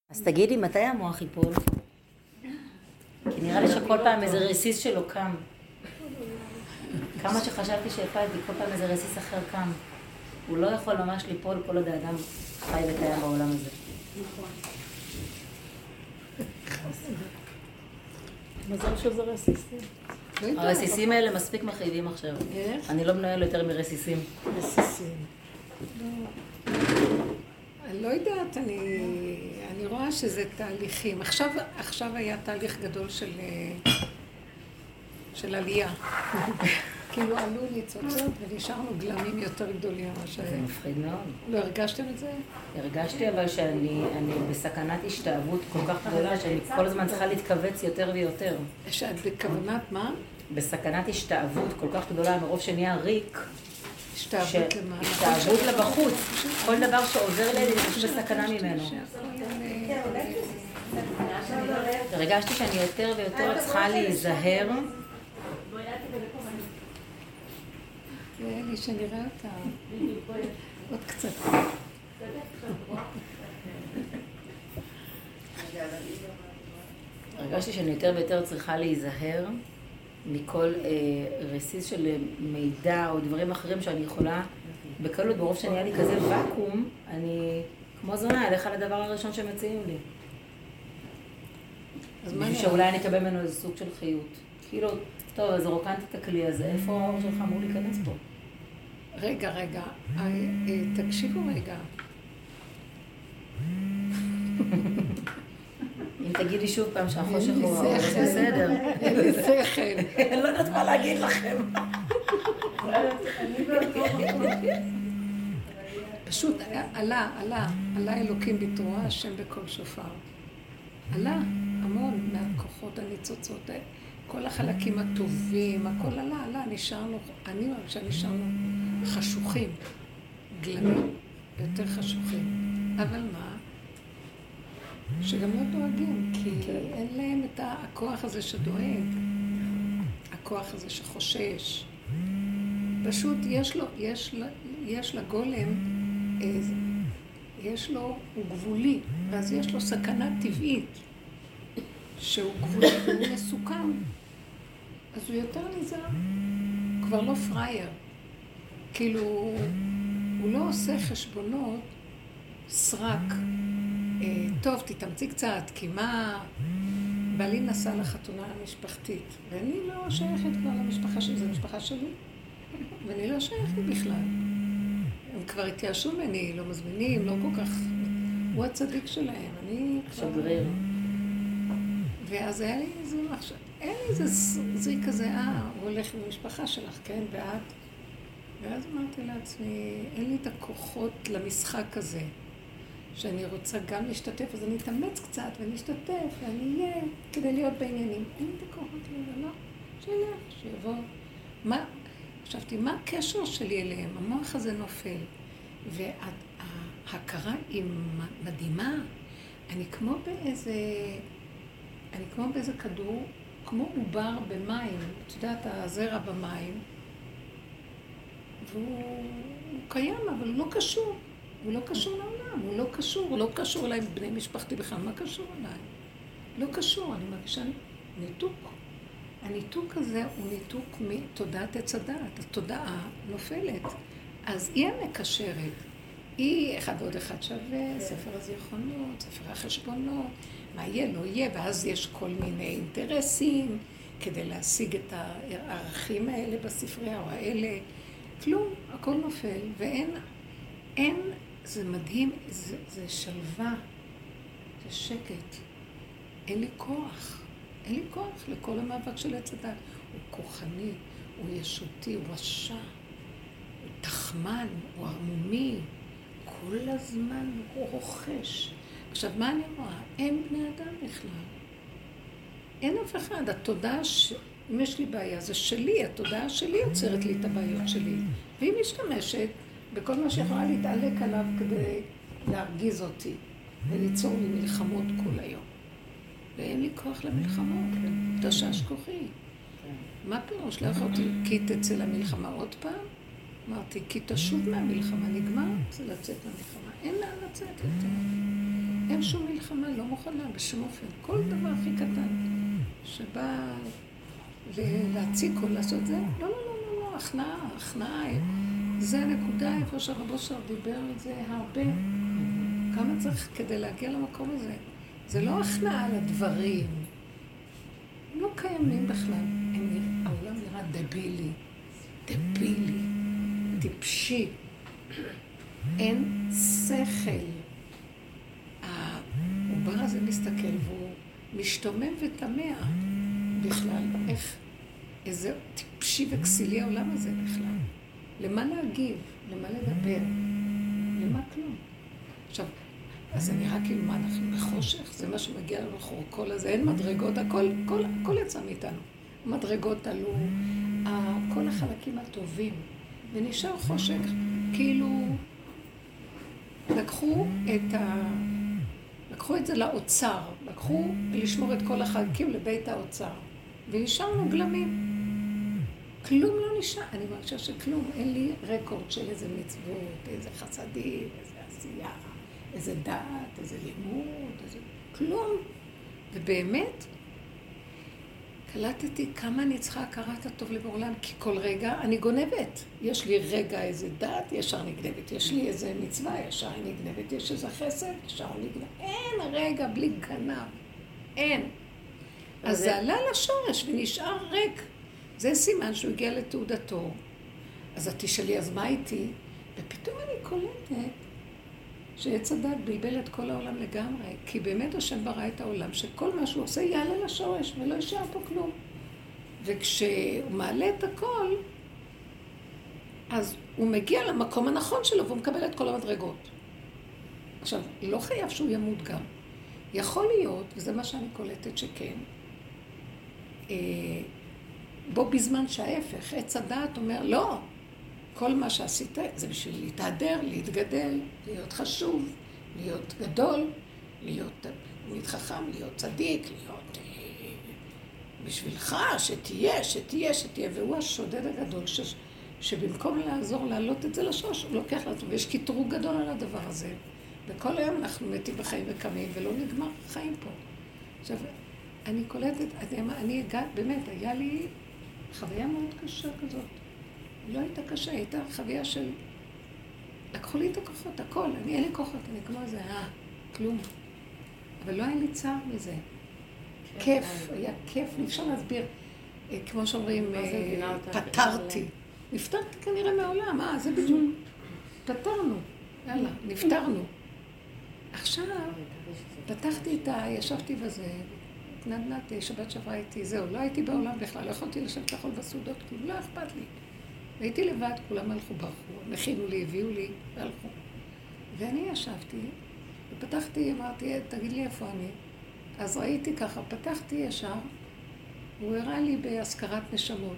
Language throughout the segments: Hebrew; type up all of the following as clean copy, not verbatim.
אז תגידי, מתי המוח ייפול? כי נראה לי שכל פעם איזה רסיס שלו קם. כמה שחשבתי שהפלתי, כל פעם איזה רסיס אחר קם. הוא לא יכול ממש ליפול כל עוד האדם חי וקיים בעולם הזה. מזל שזה רסיסים. הרסיסים האלה מספיק מחייבים עכשיו. אני לא מנהל יותר מרסיסים. רסיסים. אני לא יודעת, אני רואה שזה תהליכים. עכשיו היה תהליך גדול של עלייה. כאילו עלו ניצוצות ונשארנו גלמים יותר גדולים. זה מפחיד מאוד. לא הרגשתם את זה? הרגשתי אבל שאני בסכנת השתאבות כל כך גדולה שאני כל הזמן צריכה להתכווץ יותר ויותר. שאת בכוונת מה? בסכנת השתאבות כל כך גדולה מרוב שנהיה ריק. השתאבות למה? השתאבות לבחוץ. כל דבר שעובר לידי זה פשוט בסכנה ממנו. הרגשתי שאני יותר ויותר צריכה להיזהר. זה לי שנראה אותה. עוד קצת. הרגשתי שאני יותר ויותר צריכה להיזהר מכל רסיס של מידע או דברים אחרים שאני יכולה בקלות, ברוב שאני היה לי כזה וקום, אני כמו זונה, אלך על הדבר הראשון שמציעים לי. בשביל שאולי אני אקבל ממנו איזה סוג של חיות. כאילו, טוב, אז רוקנתי את הכלי הזה, איפה האור שלך אמור להיכנס פה? רגע, תקשיבו רגע. אם תגידי שוב פעם שהחושך הוא האור, זה בסדר. אין לי שכל. אני לא יודעת מה להגיד לכם. פשוט עלה אלוקים בתרועה, השם בכל שופר. עלה המון מהכוחות הניצוצות, כל החלקים הטובים, הכל עלה, אני מרגישה נשארנו חשוכים, גלמים, יותר חשוכים. אבל מה? שגם לא דואגים, כי אין להם את הכוח הזה שדואג, הכוח הזה שחושש. פשוט יש לגולם, הוא גבולי, ואז יש לו סכנה טבעית, שהוא גבולי והוא מסוכן. אז הוא יותר נזהר, כבר לא פרייר. כאילו, הוא לא עושה חשבונות סרק. טוב, תתאמצי קצת, כי מה... בעלי נסע לחתונה המשפחתית, ואני לא שייכת כבר למשפחה שלי, זו משפחה שלי, ואני לא שייכת בכלל. הם כבר התייאשו ממני, לא מזמינים, לא כל כך... הוא הצדיק שלהם, אני כבר... שגריר. ואז היה לי איזה מחשב, אין לי איזה זריק כזה, הוא הולך עם המשפחה שלך, כן, ואת? ואז אמרתי לעצמי, אין לי את הכוחות למשחק הזה, שאני רוצה גם להשתתף, אז אני אתאמץ קצת ואני אשתתף ואני אהיה כדי להיות בעניינים. אין לי את הכוחות לזה, לא, שילך, שיבוא. חשבתי, מה הקשר שלי אליהם? המוח הזה נופל. וההכרה היא מדהימה. אני כמו באיזה כדור, כמו עובר במים, את יודעת, הזרע במים, והוא קיים, אבל הוא לא קשור. הוא לא קשור לעולם, הוא לא קשור אליי בני משפחתי בכלל, מה קשור אליי? לא קשור, אני מרגישה ניתוק. הניתוק הזה הוא ניתוק מתודעת עץ הדעת, התודעה נופלת. אז היא המקשרת, היא 1 ועוד 1 שווה, ספר הזיכרונות, ספר החשבונות, מה יהיה, לא יהיה, ואז יש כל מיני אינטרסים כדי להשיג את הערכים האלה בספרייה או האלה. כלום, הכל נופל, ואין, זה מדהים, זה שלווה, זה שקט. אין לי כוח לכל המאבק של עץ הדת. הוא כוחני, הוא ישותי, הוא רשע, הוא תחמן, הוא ערמומי. כל הזמן הוא רוכש. עכשיו, מה אני רואה? אין בני אדם בכלל. אין אף אחד. התודעה, אם יש לי בעיה, זה שלי. התודעה שלי יוצרת לי את הבעיות שלי. והיא משתמשת בכל מה שיכולה להתעלק עליו כדי להרגיז אותי וליצור לי מלחמות כל היום. ואין לי כוח למלחמות, תשש כוחי. מה פירוש? לא יכולתי כי תצא למלחמה עוד פעם? אמרתי, כי תשוב מהמלחמה, נגמר, זה לצאת מהמלחמה. אין לאן לצאת יותר. אין שום מלחמה, לא מוכנה, בשום אופן. כל דבר הכי קטן שבא להציג או לעשות זה, לא, הכנעה. זה הנקודה איפה שהרב אושר דיבר על זה הרבה. כמה צריך כדי להגיע למקום הזה? זה לא הכנעה על הדברים. הם לא קיימים בכלל. העולם נראה דבילי, טיפשי. אין שכל. העובר הזה מסתכל והוא משתומם ותמה בכלל. איזה טיפשי וכסילי העולם הזה בכלל. למה להגיב? למה לדבר? למה כלום? עכשיו, אז זה נראה כאילו מה אנחנו בחושך? זה מה שמגיע לנו כל הזה. אין מדרגות, הכל יצא מאיתנו. המדרגות עלו, כל החלקים הטובים. ונשאר חושך, כאילו לקחו את זה לאוצר, לקחו לשמור את כל החלקים לבית האוצר. ונשארנו גלמים. כלום לא נשאר, אני מרגישה שכלום, אין לי רקורד של איזה מצוות, איזה חסדים, איזה עשייה, איזה דעת, איזה לימוד, כלום. ובאמת, קלטתי כמה אני צריכה הכרת הטוב לבעולם, כי כל רגע אני גונבת. יש לי רגע איזה דעת, ישר נגנבת. יש לי איזה מצווה, ישר נגנבת. יש איזה חסד, ישר נגנבת. אין רגע בלי גנב. אין. אז זה עלה לשורש ונשאר ריק. זה סימן שהוא הגיע לתעודתו. אז את תשאלי, אז מה איתי? ופתאום אני קולטת שעץ הדת בלבל את כל העולם לגמרי, כי באמת השם ברא את העולם, שכל מה שהוא עושה יעלה לשורש ולא יישאר פה כלום. וכשהוא מעלה את הכל, אז הוא מגיע למקום הנכון שלו והוא מקבל את כל המדרגות. עכשיו, לא חייב שהוא ימות גם. יכול להיות, וזה מה שאני קולטת שכן, בו בזמן שההפך, עץ הדעת אומר, לא, כל מה שעשית זה בשביל להתהדר, להתגדל, להיות חשוב, להיות גדול, להיות מתחכם, להיות צדיק, להיות בשבילך, שתהיה, והוא השודד הגדול שבמקום לעזור להעלות את זה לשורש, הוא לוקח לעצמו, ויש קיטרוג גדול על הדבר הזה, וכל היום אנחנו מתים בחיים וקמים, ולא נגמר חיים פה. עכשיו, אני קולטת, אני הגעת, באמת, היה לי חוויה מאוד קשה כזאת. לא הייתה קשה, הייתה חוויה של... לקחו לי את הכוחות, הכל, אין לי כוחות, אני כמו איזה, כלום. אבל לא היה לי צער מזה. כיף, היה כיף, אפשר להסביר, כמו שאומרים, פתרתי. נפטרתי כנראה מעולם, זה בדיוק. פתרנו, יאללה, נפטרנו. עכשיו, פתחתי ישבתי בזה, נדנתי, שבת שברה הייתי, זהו, לא הייתי בעולם בכלל, לא יכולתי לשבת לאכול בסעודות, כאילו לא אכפת לי. והייתי לבד, כולם הלכו ברחו, מכינו לי, הביאו לי, והלכו. ואני ישבתי, ופתחתי, אמרתי, תגיד לי איפה אני. אז ראיתי ככה, פתחתי ישר, הוא הראה לי בהזכרת נשמות.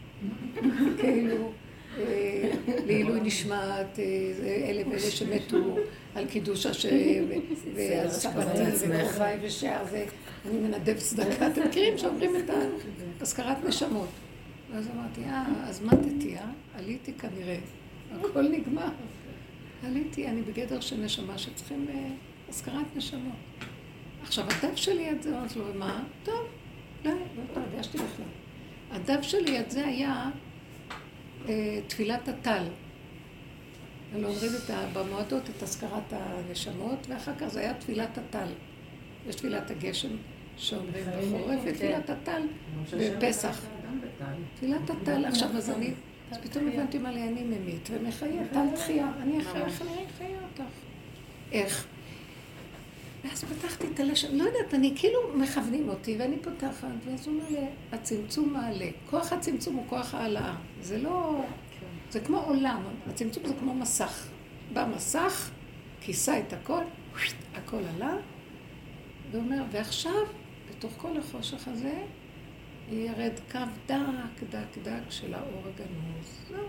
כאילו, לעילוי נשמת, אלה ואלה שמתו על קידוש השם, ועל סבתי וקרוביי ושאר זה, אני מנדב צדקה. אתם מכירים שאומרים את הזכרת נשמות. ואז אמרתי, אז מתתי, עליתי כנראה, הכל נגמר. עליתי, אני בגדר של נשמה שצריכים הזכרת נשמות. עכשיו, הדף שלי את זה, אז לא, מה? טוב, לא הרגשתי בכלל. הדף שלי את זה היה תפילת הטל. לא אומרים במועדות את הזכרת הנשמות, ואחר כך זה היה תפילת הטל. יש תפילת הגשם שאומרים בחורף, ותפילת הטל בפסח. תפילת הטל, עכשיו אז פתאום הבנתי מה לי, אני ממית ומחיה, טל תחייה, אני אחיה אותך. איך? ואז פתחתי את הלשם, לא יודעת, אני כאילו מכוונים אותי, ואני פותחת, ואז הוא אומר לי, הצמצום מעלה. כוח הצמצום הוא כוח העלאה. זה לא... זה כמו עולם, הצמצום זה כמו מסך. במסך, כיסה את הכל, הכל עלה, ואומר, ועכשיו, בתוך כל החושך הזה, ירד קו דק של האור הגנוז. זהו,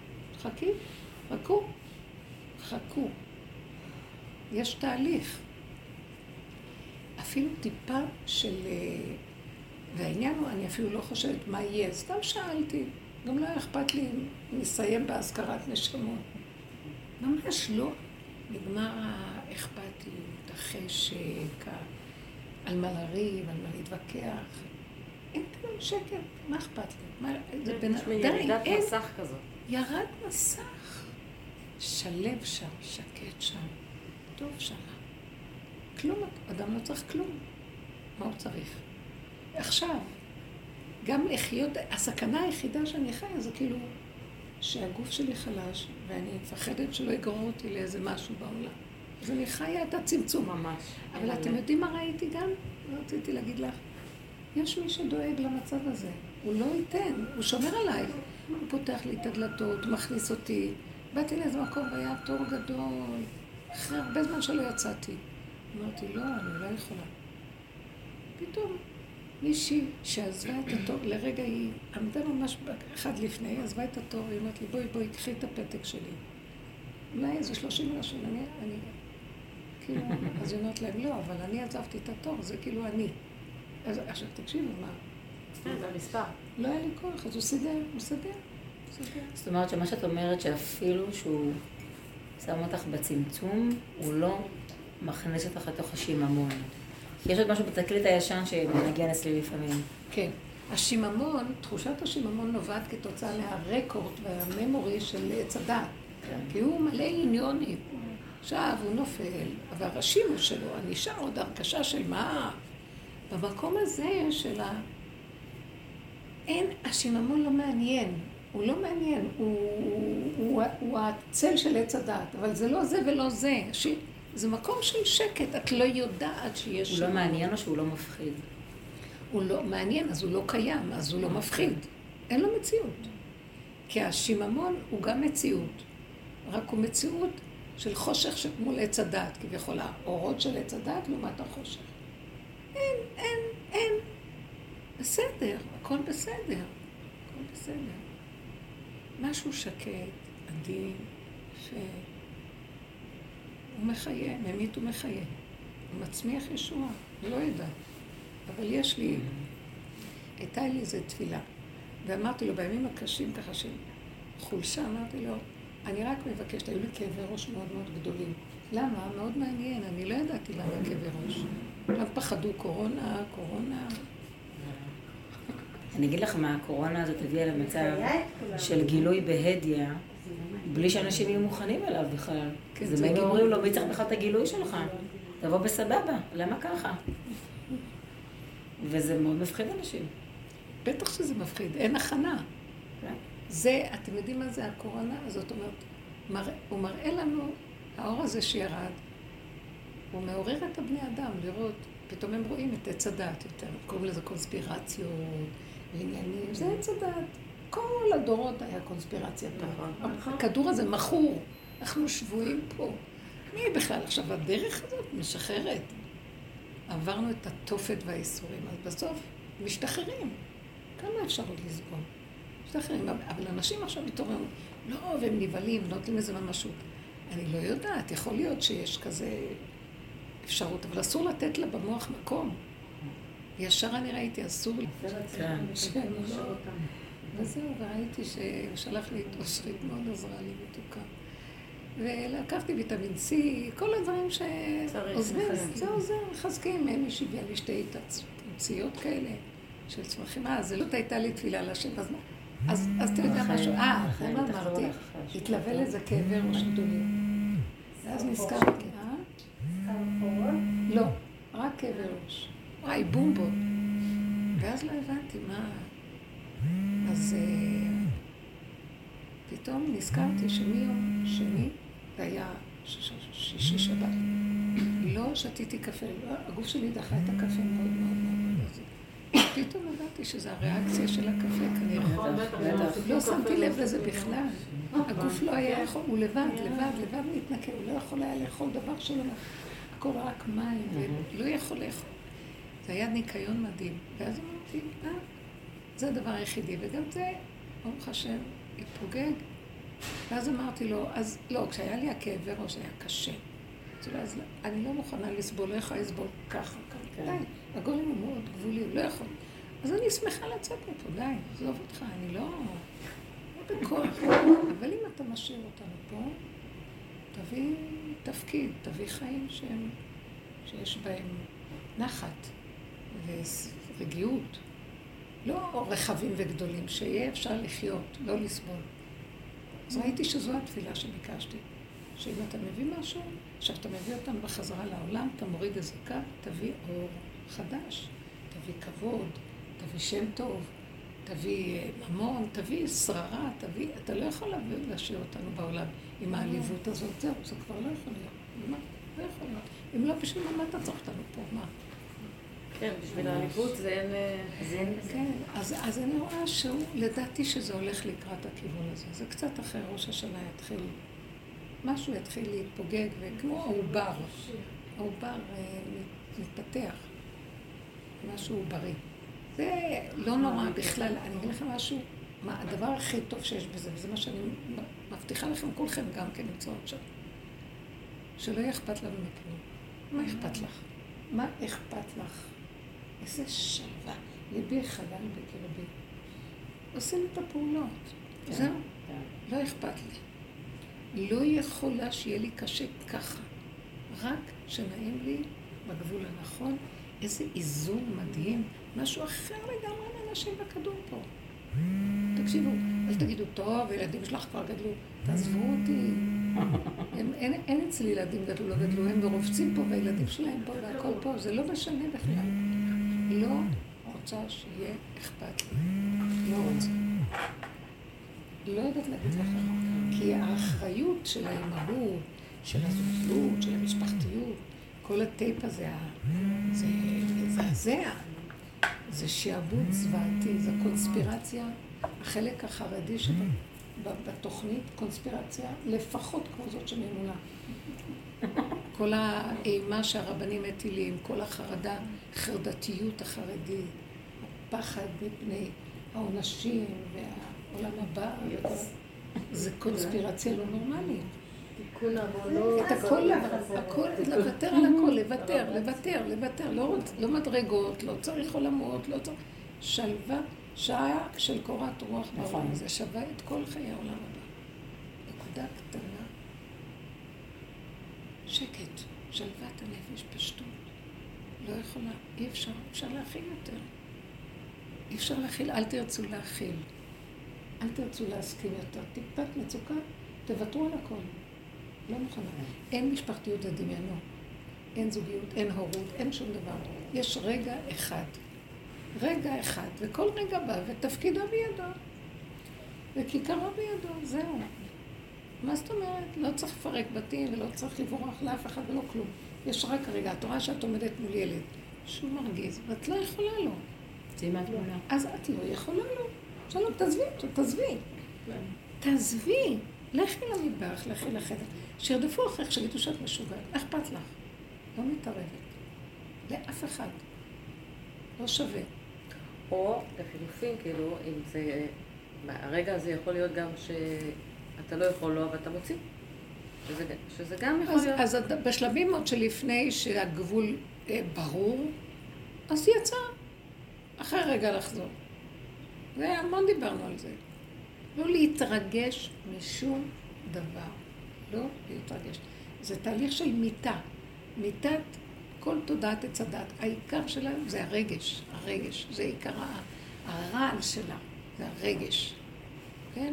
חכו. יש תהליך. אפילו טיפה של... והעניין הוא, אני אפילו לא חושבת מה יהיה, סתם שאלתי. גם לא אכפת לי נסיים בהזכרת נשמות. ממש לא. נגמר האכפתיות, החשק, על מה לריב, על מה להתווכח. אין כאן שקט, מה אכפת לי? זה ירידת מסך כזאת. ירד מסך. שלב שם, שקט שם, טוב שם. כלום, אדם לא צריך כלום. מה הוא צריך? עכשיו, גם לחיות, הסכנה היחידה שאני חיה זה כאילו שהגוף שלי חלש ואני מפחדת שלא יגרור אותי לאיזה משהו בעולם. אז אני חיה את הצמצום. ממש. אבל אתם יודעים מה ראיתי גם? רציתי להגיד לך. יש מי שדואג למצב הזה. הוא לא ייתן, הוא שומר עליי. הוא פותח לי את הדלתות, הוא מכניס אותי. באתי לאיזה מקום והיה תור גדול. אחרי הרבה זמן שלא יצאתי. אמרתי, לא, אני לא יכולה. פתאום מישהי שעזבה את התור, לרגע היא עמדה ממש אחד לפני, עזבה את התור, היא אמרת לי, בואי, קחי את הפתק שלי. אולי איזה 30 אנשים, אני כאילו, אז היא אומרת להם, לא, אבל אני עזבתי את התור, זה כאילו אני. אז עכשיו תקשיבו, מה? זה מספר. לא היה לי כוח, אז הוא סדר. זאת אומרת שמה שאת אומרת שאפילו שהוא שם אותך בצמצום, הוא לא מכניס אותך לתוך השיממון. כי יש עוד משהו בתקליט הישן שמנגן אצלי לפעמים. כן. השיממון, תחושת השיממון נובעת כתוצאה מהרקורד והממורי של עץ הדת. כי הוא מלא עניונים. עכשיו הוא נופל, אבל השימו שלו, נשאר עוד הרכשה של מה? במקום הזה של אין, השיממון לא מעניין. הוא לא מעניין, הוא הצל של עץ הדת, אבל זה לא זה ולא זה. זה מקום של שקט, את לא יודעת שיש... הוא לא מעניין או שהוא לא מפחיד? הוא לא מעניין, אז הוא לא קיים, אז הוא לא מפחיד. אין לו מציאות. כי השיממון הוא גם מציאות. רק הוא מציאות של חושך מול עץ הדת, כביכול האורות של עץ הדת לעומת החושך. אין. בסדר, הכל בסדר. משהו שקט, עדין, שהוא מחיה, ממית ומחיה. הוא מצמיח ישועה, לא יודעת. אבל יש לי, הייתה לי איזו תפילה. ואמרתי לו, בימים הקשים ככה של חולשה, אמרתי לו, אני רק מבקשת, היו לי כאבי ראש מאוד מאוד גדולים. למה? מאוד מעניין, אני לא ידעתי למה כאבי ראש. עכשיו פחדו קורונה. אני אגיד לך מה, הקורונה הזאת הביאה למצב של גילוי בהדיה, בלי שאנשים יהיו מוכנים אליו בכלל. זה מי אומרים לו, מי צריך בכלל את הגילוי שלך? תבוא בסבבה, למה ככה? וזה מאוד מפחיד אנשים. בטח שזה מפחיד, אין הכנה. זה, אתם יודעים מה זה הקורונה? זאת אומרת, הוא מראה לנו, האור הזה שירד, הוא מעורר את הבני אדם לראות, פתאום הם רואים את עץ הדעת יותר, קוראים לזה קונספירציות, עניינים, זה עץ הדעת. כל הדורות היה קונספירציה פה. הכדור הזה מכור, אנחנו שבועים פה. מי בכלל? עכשיו, הדרך הזאת משחררת. עברנו את התופת והאיסורים, אז בסוף משתחררים. כמה אפשר עוד לסבול? משתחררים, אבל אנשים עכשיו מתעוררים, לא, והם נבהלים, נותנים איזה ממשות. אני לא יודעת, יכול להיות שיש כזה אפשרות, אבל אסור לתת לה במוח מקום. ישר אני ראיתי, אסור לי. וזהו, וראיתי ששלח לי את אושרית, מאוד עזרה לי מתוקה. ולקחתי ויטמין C, כל הדברים שעוזרים, זה עוזר, מחזקים. הם הביאה לי שתי תמציות כאלה של צמחים. זאת הייתה לי תפילה לשם, אז אתה יודע משהו, זה מה אמרתי, התלווה לזה כאבי ראש גדולים. ואז נזכרתי, לא, רק כאבי ראש. וואי, בומבות. ואז לא הבנתי מה... אז פתאום נזכרתי שמיום שני, זה היה שישי שבת, לא שתיתי קפה, הגוף שלי דחה את הקפה מאוד מאוד מאוד. פתאום הבנתי שזה הריאקציה של הקפה כנראה. לא שמתי לב לזה בכלל. הגוף לא היה יכול, הוא לבד מתנקה, הוא לא יכול היה לאכול דבר שלו. הכל רק מים, ולא יכול לאכול. זה היה ניקיון מדהים. ואז אמרתי, זה הדבר היחידי, וגם זה, ברוך השם, התפוגג. ואז אמרתי לו, אז לא, כשהיה לי הכאבי ראש היה קשה. אז אני לא מוכנה לסבול, לא יכולה לסבול ככה. די, הגולם הוא מאוד גבולי, הוא לא יכול. אז אני שמחה לצאת מפה, די, עזוב אותך, אני לא בכוח. אבל אם אתה משאיר אותנו פה, תביא תפקיד, תביא חיים שהם שיש בהם נחת ורגיעות, לא רחבים וגדולים, שיהיה אפשר לחיות, לא לסבול. אז ראיתי שזו התפילה שביקשתי, שאם אתה מביא משהו, עכשיו אתה מביא אותם בחזרה לעולם, אתה מוריד איזה קו, תביא אור חדש, תביא כבוד, תביא שם טוב, תביא ממון, תביא שררה, תביא... אתה לא יכול להשאיר אותנו בעולם עם העליבות הזאת, זהו, זה כבר לא יכול להיות. מה? לא יכול להיות. אם לא, בשביל מה אתה צריך אותנו פה? מה? כן, בשביל העליבות זה אין... כן, אז אני רואה שהוא, לדעתי שזה הולך לקראת הכיוון הזה. זה קצת אחרי ראש השנה יתחיל, משהו יתחיל להתפוגג, וכמו העובר מתפתח, משהו עוברי. זה לא נורא בכלל, אני אגיד לכם משהו, מה הדבר הכי טוב שיש בזה, וזה מה שאני מבטיחה לכם, כולכם גם כן נמצאות שם, שלא יהיה אכפת לנו מכלום. מה אכפת לך? מה אכפת לך? איזה שלווה, ליבי חלל בקרבי. עושים את הפעולות, זהו, לא אכפת לי. לא יכולה שיהיה לי קשה ככה, רק שנעים לי בגבול הנכון, איזה איזון מדהים, משהו אחר לגמרי לאנשים בכדור פה. תקשיבו, אל תגידו, טוב, הילדים שלך כבר גדלו, תעזבו אותי. אין אצלי ילדים גדלו, לא גדלו, הם מרובצים פה והילדים שלהם פה והכל פה, זה לא משנה בכלל. לא רוצה שיהיה אכפת לי. לא רוצה. לא יודעת להגיד לך, כי האחריות של האימהות, של הזוגיות, של המשפחתיות, כל הטייפ הזה, זה מזעזע. זה שעבוד זוועתי, זה קונספירציה, החלק החרדי שבתוכנית, קונספירציה, לפחות כמו זאת שממולה. כל האימה שהרבנים מטילים, כל החרדה, חרדתיות החרדית, הפחד מפני העונשים והעולם הבא, זה קונספירציה לא נורמלית. את הכל, לוותר על הכל, לוותר, לא מדרגות, לא צריך עולמות, לא צריך... שלווה, שעה של קורת רוח בעולם הזה, שווה את כל חיי העולם הבא. נקודה קטנה, שקט, שלוות הנפש, פשטות. לא יכולה, אי אפשר, אפשר להכיל יותר. אי אפשר להכיל, אל תרצו להכיל. אל תרצו להסכים יותר. טיפת מצוקה, תוותרו על הכל. לא מוכנה. אין משפחתיות לדמיינו, אין זוגיות, אין הורות, אין שום דבר. יש רגע אחד, וכל רגע בא, ותפקידו בידו, וכיכרו בידו, זהו. מה זאת אומרת? לא צריך לפרק בתים, ולא צריך לברוח לאף אחד ולא כלום. יש רק רגע, את רואה שאת עומדת מול ילד, שהוא מרגיז, ואת לא יכולה לו. אז את לא יכולה לו. שלום, תעזבי אותו, תעזבי. לכי למטבח, לכי לחדר. שירדפו אחריך, שיגידו שאת משוגעת. אכפת לך. לא מתערבת. לאף אחד. לא שווה. או לחילופין, כאילו, אם זה... הרגע הזה יכול להיות גם שאתה לא יכול לו, אבל אתה מוציא. שזה גם יכול להיות... אז בשלבים עוד שלפני שהגבול ברור, אז יצא. אחרי רגע לחזור. זה המון דיברנו על זה. לא להתרגש משום דבר. לא להתרגש. זה תהליך של מיטה. מיטת כל תודעת עץ הדת. העיקר שלה זה הרגש. הרגש. זה עיקר הרעל שלה. זה הרגש. כן?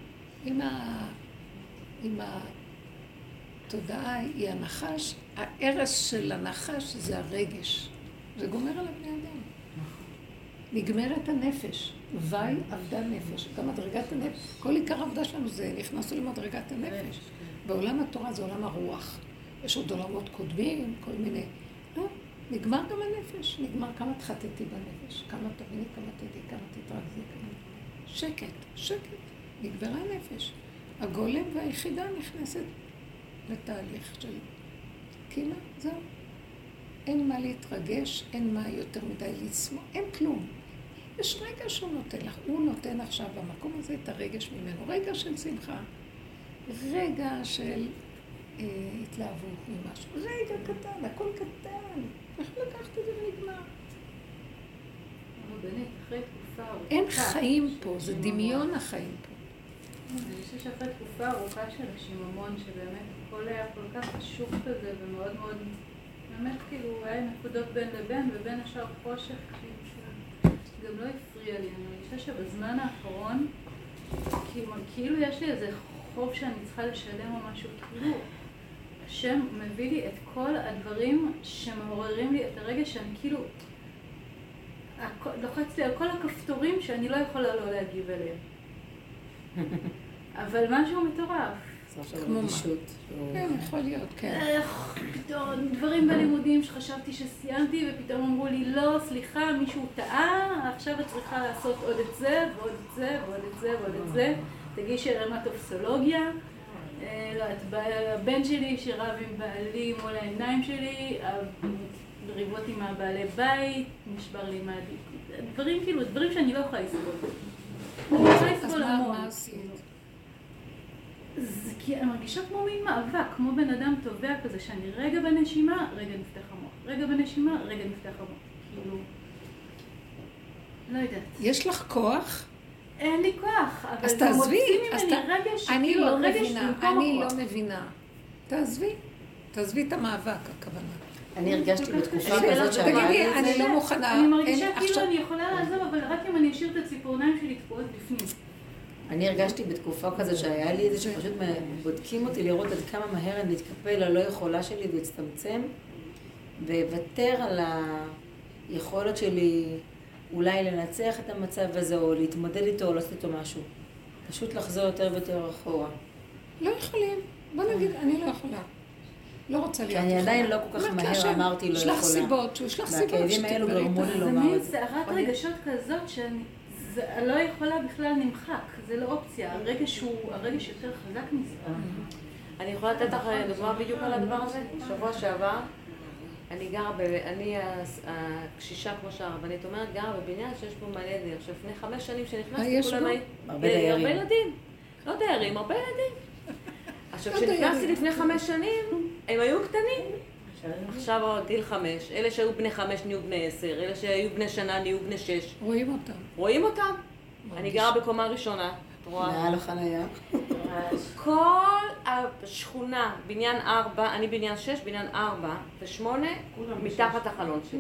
אם התודעה היא הנחש, הערס של הנחש זה הרגש. זה גומר על הבני אדם. נגמרת הנפש. וי עבדה נפש. גם מדרגת הנפש. כל עיקר עבדה שלנו זה נכנסו למדרגת הנפש. בעולם התורה זה עולם הרוח. יש עוד עולמות קודמים, כל מיני. לא, נגמר גם הנפש. נגמר כמה תחתתי בנפש. כמה תביני, כמה תדעי, כמה תתרכזי, כמה... שקט. נגברה הנפש. הגולם והיחידה נכנסת לתהליך של קימה, זהו. אין מה להתרגש, אין מה יותר מדי לשמוח, אין כלום. יש רגע שהוא נותן לך, הוא נותן עכשיו במקום הזה את הרגש ממנו, רגע של שמחה, רגע של התלהבות ממשהו, רגע קטן, הכל קטן, איך לקחת את זה ונגמר? אין חיים פה, זה דמיון החיים פה. אני חושבת שאחרי תקופה ארוכה של השיממון, שבאמת הכל היה כל כך חשוב כזה ומאוד מאוד באמת כאילו היה נקודות בין לבין ובין השאר חושך, גם לא הפריע לי. אני מרגישה שבזמן האחרון, כאילו יש לי איזה חוב שאני צריכה לשלם או משהו, כאילו השם מביא לי את כל הדברים שמעוררים לי את הרגש שאני כאילו לוחץ לי על כל הכפתורים שאני לא יכולה לא להגיב אליהם. אבל משהו מטורף. כמו מה? כן, יכול להיות, כן. פתאום דברים בלימודים שחשבתי שסיימתי ופתאום אמרו לי לא, סליחה, מישהו טעה, עכשיו את צריכה לעשות עוד את זה ועוד את זה ועוד את זה ועוד את זה. תגישי רמת טופסולוגיה. הבן שלי שרב עם בעלי מול העיניים שלי, ריבות עם הבעלי בית, נשבר לי מהדיק. דברים כאילו, דברים שאני לא יכולה לסבול. אני יכולה לסבול המון. מה עשית? זה כי אני מרגישה כמו מין מאבק, כמו בן אדם טובע כזה, שאני רגע בנשימה, רגע נפתח המוח. רגע בנשימה, רגע נפתח המוח. כאילו, לא יודעת. יש לך כוח? אין לי כוח, אבל אז תעזבי. מוציא ממני רגש, אני כאילו, לא רגש מבינה, במקום אני הכוח. לא מבינה. תעזבי את המאבק, הכוונה. אני הרגשתי בתקופה אני כזאת תגידי, שאמרתי את אני זה. לא מוכנה. אני מרגישה אין כאילו עכשיו- אני יכולה לעזוב, אבל רק אם אני אשאיר את הציפורניים שלי תקועות בפנים. אני הרגשתי בתקופה כזאת שהיה לי את זה שפשוט בודקים אותי לראות עד כמה מהר אני אתקפל הלא יכולה שלי והצטמצם וותר על היכולת שלי אולי לנצח את המצב הזה או להתמודד איתו או לעשות איתו משהו. פשוט לחזור יותר ויותר אחורה. לא יכולים. בוא נגיד, אני לא יכולה. לא רוצה להיות אני עדיין לא כל כך אומרת מהר להשם, אמרתי לא יש לך יכולה. סיבות, שיש לך סיבות והכאבים האלו שתדברי גרמו לי איתה. זה לומר מין את זה. סערת רגשות כזאת שאני לא יכולה בכלל נמחק, זה לא אופציה, הרגש יותר חזק מזה. אני יכולה לתת לך דוגמה בדיוק על הדבר הזה? שבוע שעבר, אני הקשישה, כמו שהרבנית אומרת, גרה בבניין שיש פה מלא ילדים. עכשיו, לפני 5 שנים שנכנסתי, יש כולם בו? הרבה דיירים. הרבה ילדים. לא דיירים, הרבה ילדים. עכשיו, כשנכנסתי לפני 5 שנים, הם היו קטנים. עכשיו גיל 5, אלה שהיו בני 5 נהיו בני 10, אלה שהיו בני שנה נהיו בני 6. רואים אותם. רואים אותם? אני גרה בקומה ראשונה. את רואה? מעל החניה. כל השכונה, בניין 4, אני בניין 6, בניין 4 ו8, מתחת החלון שלי.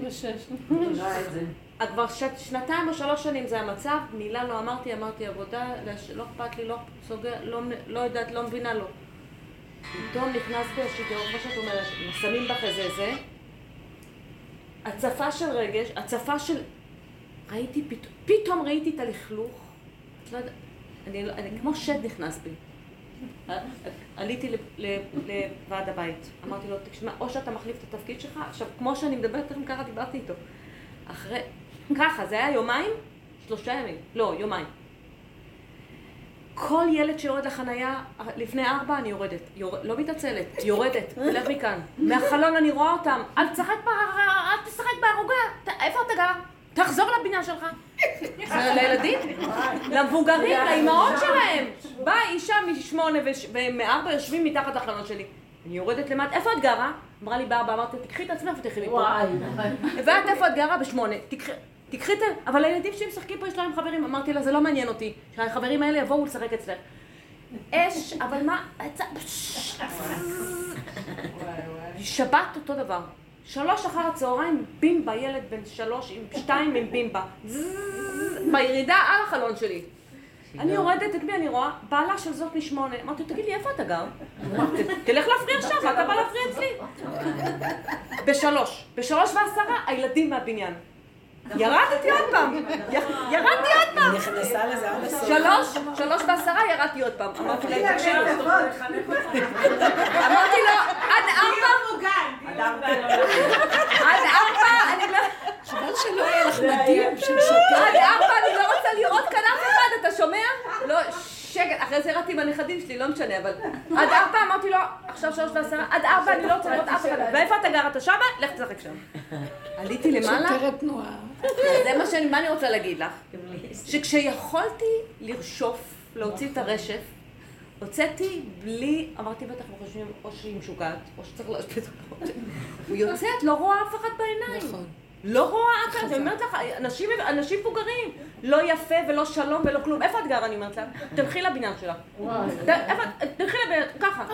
כבר 2 או 3 שנים זה המצב, מילה לא אמרתי עבודה, לא אכפת לי, לא סוגר, לא יודעת, לא מבינה, לא. פתאום נכנס בי השיגעון, כמו שאת אומרת, שמים בך איזה זה, הצפה של רגש, הצפה של... פתאום ראיתי את הלכלוך, לא יודע, אני כמו שד נכנס בי. עליתי לוועד הבית, אמרתי לו, תשמע, או שאתה מחליף את התפקיד שלך, עכשיו, כמו שאני מדברת לכם, ככה דיברתי איתו. ככה, זה היה 3 ימים, לא, יומיים. כל ילד שיורד לחנייה, לפני 4 אני יורדת, לא מתעצלת, יורדת, לך מכאן. מהחלון אני רואה אותם, אל תשחק בערוגה, איפה אתה גר? תחזור לבניין שלך. זה לילדים, למבוגרים, לאמהות שלהם. באה אישה מ8 ו4 יושבים מתחת החלון שלי. אני יורדת למטה, איפה את גרה? אמרה לי ב4, אמרתי, תקחי את עצמך ותלכי מפה. ואת איפה את גרה? ב8. תקחי את זה, אבל הילדים שהם משחקים פה יש להם חברים. אמרתי לה, זה לא מעניין אותי, שהחברים האלה יבואו לשחק אצלך. אש, אבל מה? שבת אותו דבר. 3 אחר הצהריים, בימבה, ילד בן 3 עם 2 עם בימבה. בירידה על החלון שלי. אני יורדת, את מי אני רואה? בעלה של זאת מ8. אמרתי, תגיד לי, איפה אתה גר? תלך להפריע שם, אתה בא להפריע אצלי. ב3:10 הילדים מהבניין. ירדתי עוד פעם. נכנסה לזה עד הסוף. 3:10 ירדתי עוד פעם. אמרתי לה, תקשיבו. אמרתי לו, עד 4, אני לא... חבל שלא יהיה לך מדים של שוטר. עד 4 אני לא רוצה לראות כאן אף אחד, אתה שומע? לא, שקט, אחרי זה ירדתי עם הנכדים שלי, לא משנה, אבל... עד 4 אמרתי לו, עכשיו 3:10, עד 4 אני לא רוצה לראות אף אחד. ואיפה אתה גר? אתה שמה? לך תשחק שם. עליתי למעלה. שוטרת תנועה. זה מה אני רוצה להגיד לך. שכשיכולתי לרשוף, להוציא את הרשף, הוצאתי בלי, אמרתי בטח לא חושבים או שהיא משוגעת, או שצריך להשפיט אותה. הוא יוצאת, לא רואה אף אחד בעיניים. נכון. לא רואה כאן, אני אומרת לך, אנשים מבוגרים, לא יפה ולא שלום ולא כלום. איפה את גרה, אני אומרת לה? תלכי לבניין שלה. תלכי לבניין, ככה.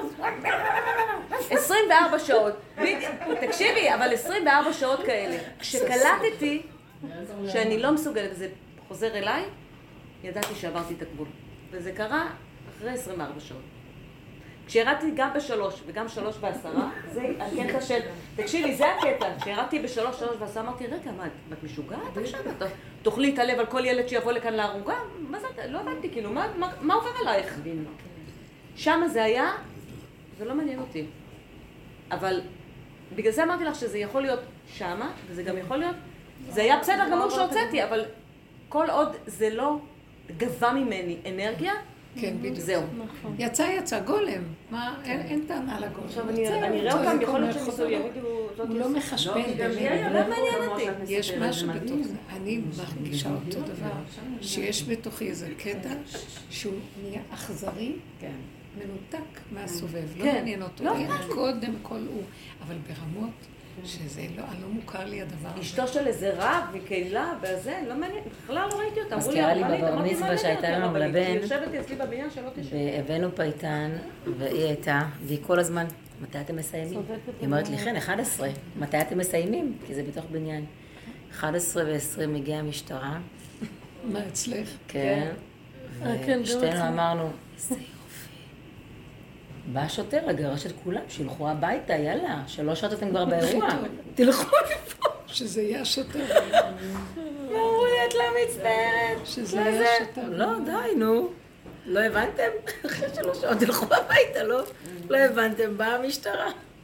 24 שעות. תקשיבי, אבל 24 שעות כאלה. כשקלטתי שאני לא מסוגלת, וזה חוזר אליי, ידעתי שעברתי את הגבול. וזה קרה אחרי 24 שעות. כשירדתי גם ב3 וגם 3:10, זה הקטע של... תקשיבי, זה הקטע. כשירדתי ב3, 3:10, אמרתי, רגע, מה, את משוגעת עכשיו? תאכלי את הלב על כל ילד שיבוא לכאן להרוגה? מה זה? לא הבנתי, כאילו, מה עובר עלייך? שמה זה היה, זה לא מעניין אותי. אבל בגלל זה אמרתי לך שזה יכול להיות שמה, וזה גם יכול להיות... זה היה בסדר גמור שהוצאתי, אבל כל עוד זה לא גבה ממני אנרגיה, כן, בדיוק. זהו. יצא, גולם. מה, אין טענה לגולם. עכשיו אני אראה אותם, יכול להיות שהם יגידו... הוא לא מחשבן. לא מעניין אותי. יש משהו בתוך זה. אני מרגישה אותו דבר, שיש בתוכי איזה קטע שהוא נהיה אכזרי, מנותק מהסובב. לא מעניין אותו. קודם כל הוא. אבל ברמות שזה לא מוכר לי הדבר הזה. אשתו של איזה רב מקהילה, וזה, לא מעניין, בכלל לא ראיתי אותה. מזכירה לי בבר מצווה שהייתה לנו לבן, היא יושבת אצלי בבניין שלא תשב. והבאנו פייטן, והיא הייתה, והיא כל הזמן, מתי אתם מסיימים? היא אומרת לי, כן, 11, מתי אתם מסיימים? כי זה בתוך בניין. 11:20 הגיעה המשטרה. מה אצלך? כן. ושתינו אמרנו, איזה יופי. בא השוטר, הגרש את כולם, שילכו הביתה, יאללה, 3 שעות אתם כבר באירוע. תלכו לפה. שזה יהיה השוטר. אמרו לי, את לא מצטערת. שזה יהיה השוטר. לא, די, נו. לא הבנתם? אחרי 3 שעות תלכו הביתה, לא? לא הבנתם, באה המשטרה.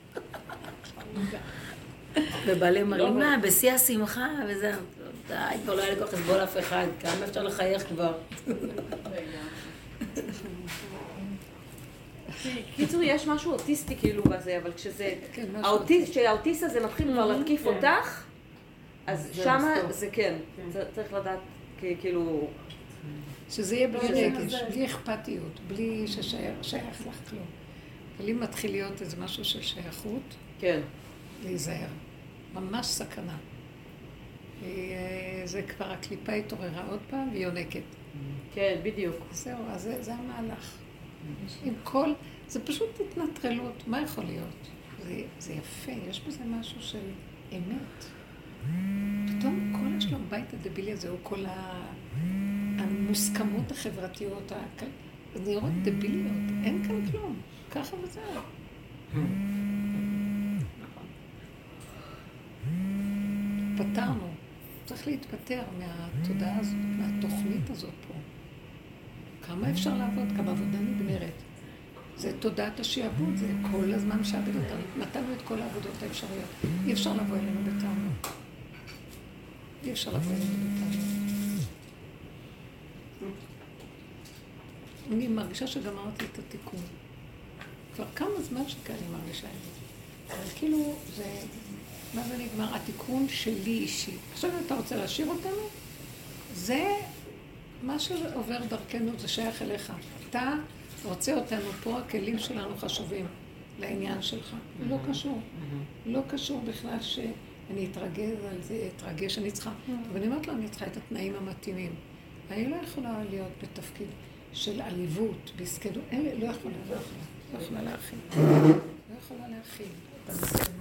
ובעלי אמר לי, מה, בשיא השמחה, וזה, די, כבר לא היה לי כוח לסבול אף אחד, כמה אפשר לחייך כבר. קיצור, יש משהו אוטיסטי כאילו בזה, אבל כשהאוטיסט הזה מתחיל כבר להתקיף אותך, אז שמה זה כן, צריך לדעת כאילו... שזה יהיה בלי רגש, בלי אכפתיות, בלי ששייך לך כלום. אבל אם מתחיל להיות איזה משהו של שייכות, כן. להיזהר. ממש סכנה. זה כבר הקליפה התעוררה עוד פעם והיא יונקת. כן, בדיוק. זהו, אז זה המהלך. עם כל... זה פשוט התנטרלות, מה יכול להיות? זה יפה, יש בזה משהו של אמת. פתאום כל השלום בית הדבילי הזה, או כל המוסכמות החברתיות, נראות דביליות, אין כאן כלום, ככה וזהו. פתרנו, צריך להתפטר מהתודעה הזאת, מהתוכנית הזאת פה. כמה אפשר לעבוד, כמה עבודה נגמרת. זה תודעת השיעבוד, זה כל הזמן משעבד אותנו. נתנו את כל העבודות האפשריות. אי אפשר לבוא אלינו בטענות. אי אפשר לבוא אלינו בטענות. אני מרגישה שגמרתי את התיקון. כבר כמה זמן שכאן אני מרגישה את זה. אבל כאילו זה... מה זה נגמר? התיקון שלי אישי. עכשיו אם אתה רוצה להשאיר אותנו, זה מה שעובר דרכנו, זה שייך אליך. אתה רוצה אותנו פה, הכלים שלנו חשובים לעניין שלך. לא קשור. לא קשור בכלל שאני אתרגז על זה, אתרגש, אני צריכה. אבל אני אומרת לו, אני צריכה את התנאים המתאימים. אני לא יכולה להיות בתפקיד של עליבות, בסקדות. לא יכולה להכיל. לא יכולה להכיל את המסכנות.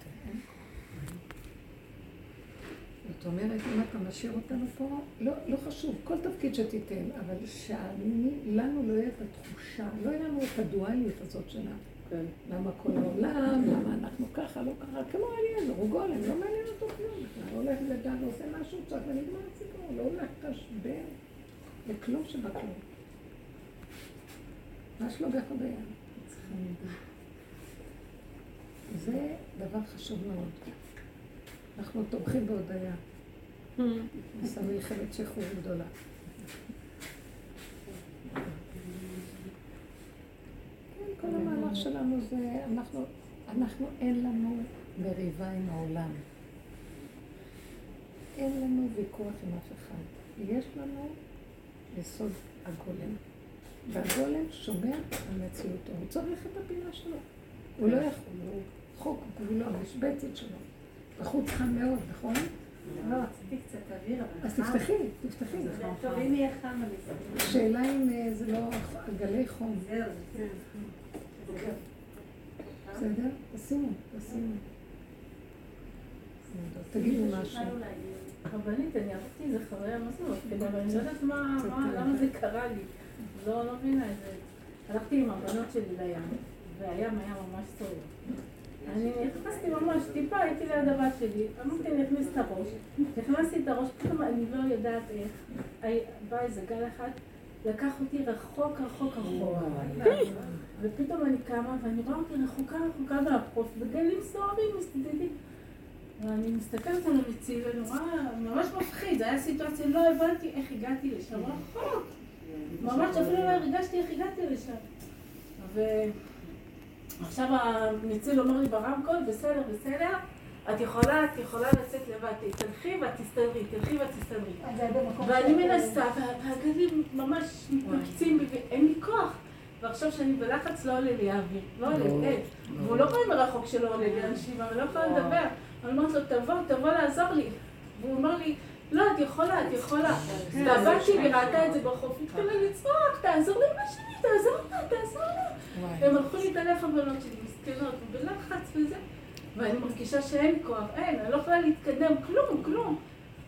זאת אומרת, אם אתה משאיר אותנו פה, לא חשוב, כל תפקיד שתיתן, אבל לנו לא יהיה את התחושה, לא יהיה לנו את הדואליות הזאת שלה. למה כל העולם, למה אנחנו ככה, לא ככה, כמו עליין, רוגולם, לא מעניין אותו כלום. הוא הולך לדעת, עושה משהו קצת ונגמר הסיפור, לא הולך תשבר לכלום שבכלום. מה שלא בכו ביד? זה דבר חשוב מאוד. אנחנו תומכים בהודעה. עושה מלחמת שחרור גדולה. כן, כל המהלך שלנו זה, אנחנו אין לנו מריבה עם העולם. אין לנו ויכוח עם אף אחד. יש לנו יסוד הגולם. והגולם שומר על מציאותו. הוא צריך את הפינה שלו. הוא לא יכול, הוא חוק, הוא לא, המשבצת שלו. בחוץ חם מאוד, נכון? לא, רציתי קצת אוויר, אבל... אז תפתחי. טוב, אם יהיה חם, אני אסתכל. השאלה אם זה לא גלי חום. זהו. בסדר? תשימו. תגידו משהו. רבנית, אני עברתי איזה חוויה מזאת, אבל אני לא יודעת למה זה קרה לי. לא מבינה את זה. הלכתי עם הבנות שלי לים, והים היה ממש סוער. אני נכנסתי ממש טיפה, הייתי ליד הבת שלי, אמרתי אני אכניס את הראש. נכנסתי את הראש, פתאום אני לא יודעת איך. בא איזה גל אחד, לקח אותי רחוק. ופתאום אני קמה ואני רואה אותי רחוקה מהחוף, וגלים סוערים מסתדדים. ואני מסתכלת על המציל ואני רואה, ממש מפחיד, זו הייתה סיטואציה, לא הבנתי איך הגעתי לשם, רחוק. ממש אפילו לא הרגשתי איך הגעתי לשם. ועכשיו המציל אומר לי ברמקול, בסדר, את יכולה לצאת לבד, תלכי ואת תסתדרי. ואני מנסה, והגלים ממש מתנפצים, ואין לי כוח. ועכשיו שאני בלחץ לא עולה לי האוויר, לא עולה לי, אין. והוא לא רואה מרחוק שלא עולה לי אנשים, אבל לא יכולה לדבר. אני אומרת לו, תבוא לעזור לי. והוא אומר לי, לא, את יכולה. והבת שלי ראתה את זה בחוף, התחילה לצעוק, תעזור לי אמא שלי, תעזור לה. הם הלכו להתעלף הבנות שלי, מסכנות, בלחץ וזה. ואני מרגישה שאין לי כוח, אני לא יכולה להתקדם, כלום.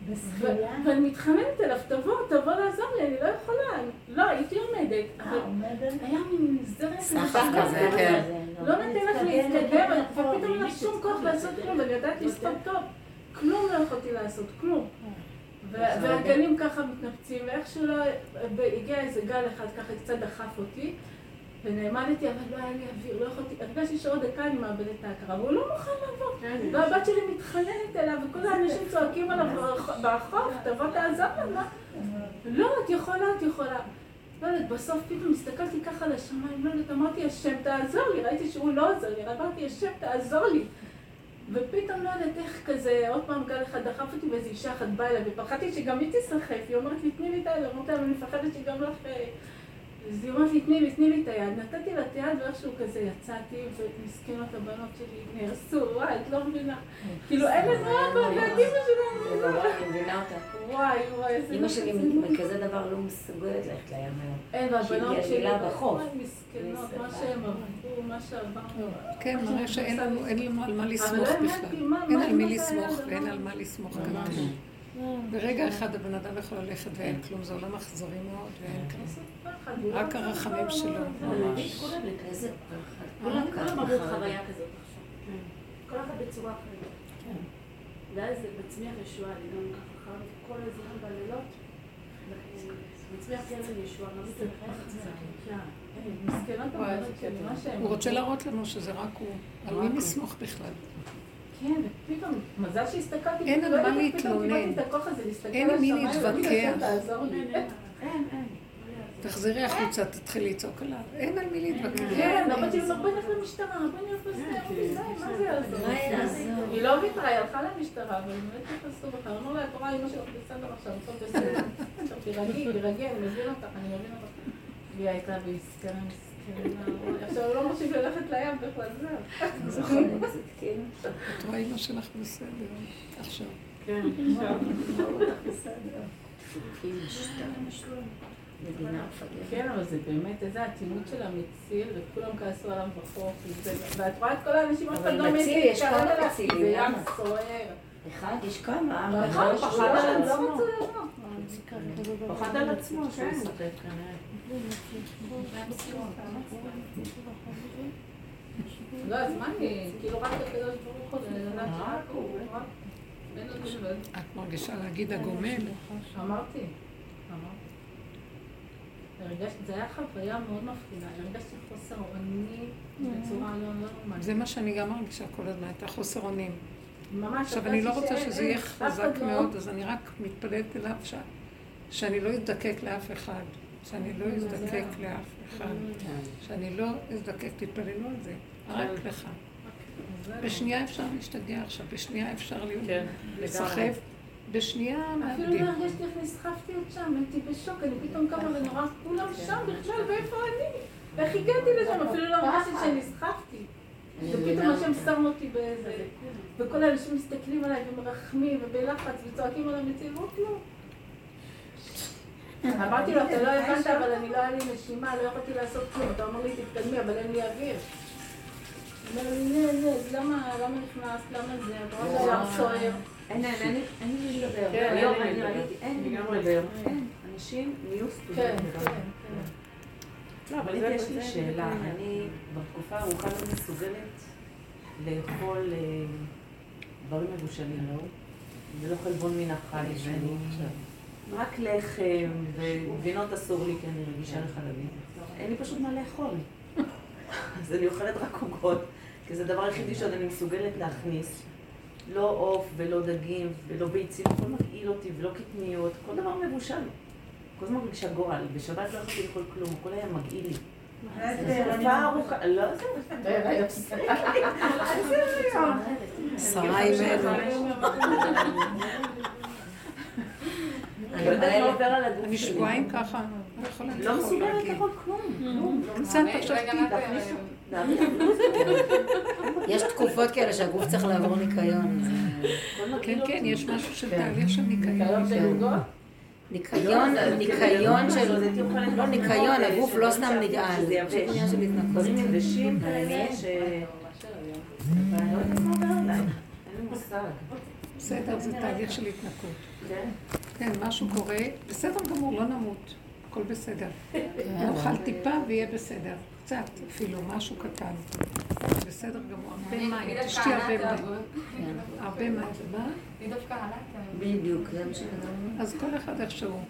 ואני מתחננת אליו, תבוא לעזור לי, אני לא יכולה. לא, הייתי עומדת, אבל היה מין זרק סחף כזה, כן. לא נתן לך להתקדם, ופתאום אין לך שום כוח לעשות כלום, ואני יודעת לסתום טוב. כלום לא יכולתי לעשות, כלום. והגלים ככה מתנפצים, ואיכשהו לא הגיע איזה גל אחד, ככה קצת דחף אותי, ונעמדתי, אבל לא היה לי אוויר, לא יכולתי, הרגשתי שעוד דקה אני מאבדת את ההכרה, והוא לא מוכן לעבור. והבת שלי מתחננת אליו, וכל האנשים צועקים עליו ברחוב, תבוא תעזור לנו. לא, את יכולה. לא יודעת, בסוף פתאום הסתכלתי ככה לשמיים, לא יודעת, אמרתי, השם תעזור לי, ראיתי שהוא לא עוזר לי, אמרתי, השם תעזור לי. ופתאום לא יודעת איך כזה, עוד פעם גל אחד דחף אותי ואיזו אישה אחת באה אליי, ופחדתי שגם היא תסחף, היא אומרת לי, תני לי את היד, אמרתי לה, אני מפחדת שגם לך... אז היא אומרת לי, תני לי את היד, נתתי לה את היד ואיכשהו כזה יצאתי, ומסכנות הבנות שלי נהרסו, וואי, את לא מבינה. כאילו אין לנו אבא, והאמא שלנו. אני מבינה אותה. וואי, איזה... אמא שלי מכזה דבר לא מסוגלת ללכת לים היום. אין, והבנות שלי בחוף. מסכנות, מה שהם עברו, מה שעברנו. כן, מראה שאין לנו על מה לסמוך בכלל. אין על מי לסמוך ואין על מה לסמוך גם. ברגע אחד הבן אדם יכול ללכת ואין כלום, זה עולם אכזרי מאוד ואין כלום. רק הרחמים שלו. ממש. איזה פחד. כולם עברו חוויה כזאת עכשיו. כל אחד בצורה אחרת. ואז בצמיח ישועה, אני גם ככה חרמתי כל הזמן בלילות. בצמיח קרן ישועה, מה זה מסכנות הבנות שלי, מה שהם... הוא רוצה להראות לנו שזה רק הוא. על מי נסמוך בכלל? כן, ופתאום, מזל שהסתכלתי, אין על מה להתלונן, אין עם מי להתווכח. אין. תחזרי החוצה, תתחיל לצעוק עליו, אין על מי להתווכח. כן, אבל תראו, בואי נלך למשטרה, בואי נלך למשטרה, מה זה יעזור? היא לא ויתרה, היא הלכה למשטרה, אבל היא באמת נכנסו בכלל, אמרו לה, תורה, אמא שלך בסדר עכשיו, בסדר. עכשיו תירגעי, אני מבין אותך. והיא הייתה בהסכרה מסכנה. עכשיו הוא לא מושיב ללכת לים בכלל, זהו. נכון, זה כאילו. את רואה אמא שלך בסדר, עכשיו. כן, בסדר. מדינה מפגרת. כן, אבל זה באמת איזה אטימות של המציל, וכולם כעסו עליו בחוף, ואת רואה את כל האנשים, אבל מציל, יש כמה מצילים, זה למה? ים סוער. אחד, יש כמה, נכון, פחד על עצמו. פחד על עצמו, כן. לא, אז מה אני, כאילו רק הקדוש ברוך הוא, זה לדעת שרק הוא, אין עוד לבד. את מרגישה להגיד הגומל? אמרתי. זה היה חוויה מאוד מפחידה, הרגשתי חוסר אונים בצורה לא נורמלית. זה מה שאני גם מרגישה כל הזמן, הייתה חוסר אונים. ממש. עכשיו אני לא רוצה שזה יהיה חזק מאוד, אז אני רק מתפללת אליו שאני לא אזדקק לאף אחד. שאני לא אזדקק לאף אחד. שאני לא אזדקק, תתפללו על זה, רק לך. בשנייה אפשר להשתגע עכשיו, בשנייה אפשר לסחב. בשנייה מאבדים. אפילו לא הרגשתי איך נסחפתי עוד שם, הייתי בשוק, אני פתאום כמה ואני רואה כולם שם בכלל, ואיפה אני? איך הגעתי לשם? אפילו לא הרגשתי שנסחפתי. ופתאום השם שם אותי באיזה... וכל האנשים מסתכלים עליי ומרחמים ובלחץ וצועקים על המציאות, לא. אמרתי לו, אתה לא הבנת, אבל אני לא היה לי נשימה, לא יכולתי לעשות כלום. אתה אומר לי, תתקדמי, אבל אין לי אוויר. הוא אומר לי, למה נכנס, למה זה? אתה רואה שהיום סוער. אין לי לדבר. אין לי לדבר. אנשים נהיו סטודנטים. לא, אבל יש לי שאלה. אני בתקופה הארוכה לא מסוגלת לאכול דברים מבושלים, לא? ולא חלבון מן החי, ואני רק לחם וגבינות אסור לי, כי אני רגישה לחלבים. אין לי פשוט מה לאכול. אז אני אוכלת רק עוגות, כי זה הדבר היחידי שעוד אני מסוגלת להכניס. לא עוף ולא דגים ולא ביצים, הכל מגעיל אותי ולא קטניות, כל דבר מבושל. כל הזמן מרגישה גועל, בשבת לא יכולתי לאכול כלום, הכל היה מגעיל לי. זה תקופה ארוכה, לא זה. שרה עם אלו. אני יודעת מה עובר על הגוף אני שלי. שבועיים ככה. לא מסוגלת לאכול כלום. קצת תחשבתי. יש תקופות כאלה שהגוף צריך לעבור ניקיון. כן, כן, יש משהו של תהליך של ניקיון. ניקיון של... לא ניקיון, הגוף לא סתם נגעל. זה יבש. דברים יבשים כאלה ש... אני לא יודעת מה עובר עליי. אין לי מושג. בסדר, זה תהליך של התנקות. כן? כן, משהו קורה, בסדר גמור, לא נמות, הכל בסדר. נאכל טיפה ויהיה בסדר, קצת אפילו, משהו קטן. בסדר גמור, הרבה מים, תשתי הרבה מים. הרבה מים, ומה? היא דווקא עלת. בדיוק, זה מה שגדול. אז כל אחד איכשהו.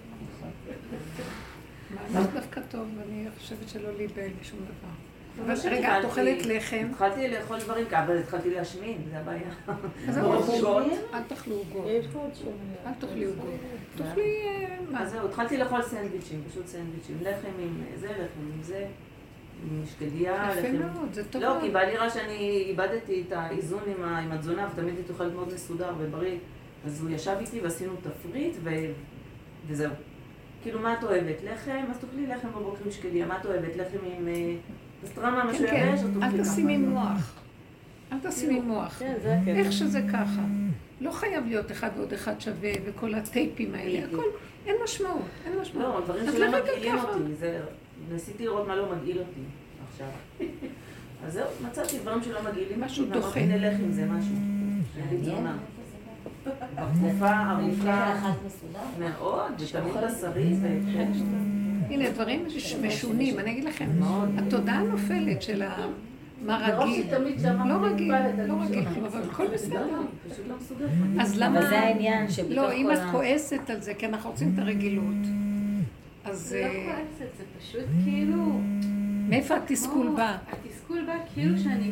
מה דווקא טוב, ואני חושבת שלא להיבהל משום דבר. אבל רגע, את אוכלת לחם. התחלתי לאכול דברים, אבל התחלתי להשמין, זה הבעיה. אז אל תאכלו עוגות. אל תאכלי עוגות. תאכלי מה? אז זהו, התחלתי לאכול סנדוויצ'ים, פשוט סנדוויצ'ים. לחם עם זה, לחם עם זה, עם שקדיה. יפה מאוד, זה טוב. לא, כי בא לי רע שאני איבדתי את האיזון עם התזונה, ותמיד היא תאכלת מאוד מסודר ובריא. אז הוא ישב איתי ועשינו תפריט, וזהו. כאילו, מה את אוהבת? לחם? אז תאכלי לחם בבוקר עם שקדיה. מה את אוהבת? לחם עם... פסטרמה, משהו יבש, אל תשימי מוח. אל תשימי מוח. איך שזה ככה. לא חייב להיות אחד ועוד אחד שווה, וכל הטייפים האלה, הכל, אין משמעות, אין משמעות. לא, דברים שלא מגעילים אותי, ניסיתי לראות מה לא מגעיל אותי עכשיו. אז זהו, מצאתי דברים שלא מגעילים. משהו דוחה. נלך עם זה, משהו. תזונה. בתקופה ארוכה מאוד, ותמיד בשרי, הנה, דברים משונים, אני אגיד לכם, התודעה נופלת של מה רגיל, לא רגיל, אבל הכל בסדר. אז למה... אבל זה העניין שבתוך כל לא, אם את כועסת על זה, כי אנחנו רוצים את הרגילות. אז... זה לא כועסת, זה פשוט כאילו... מאיפה התסכול בא? התסכול בא כאילו שאני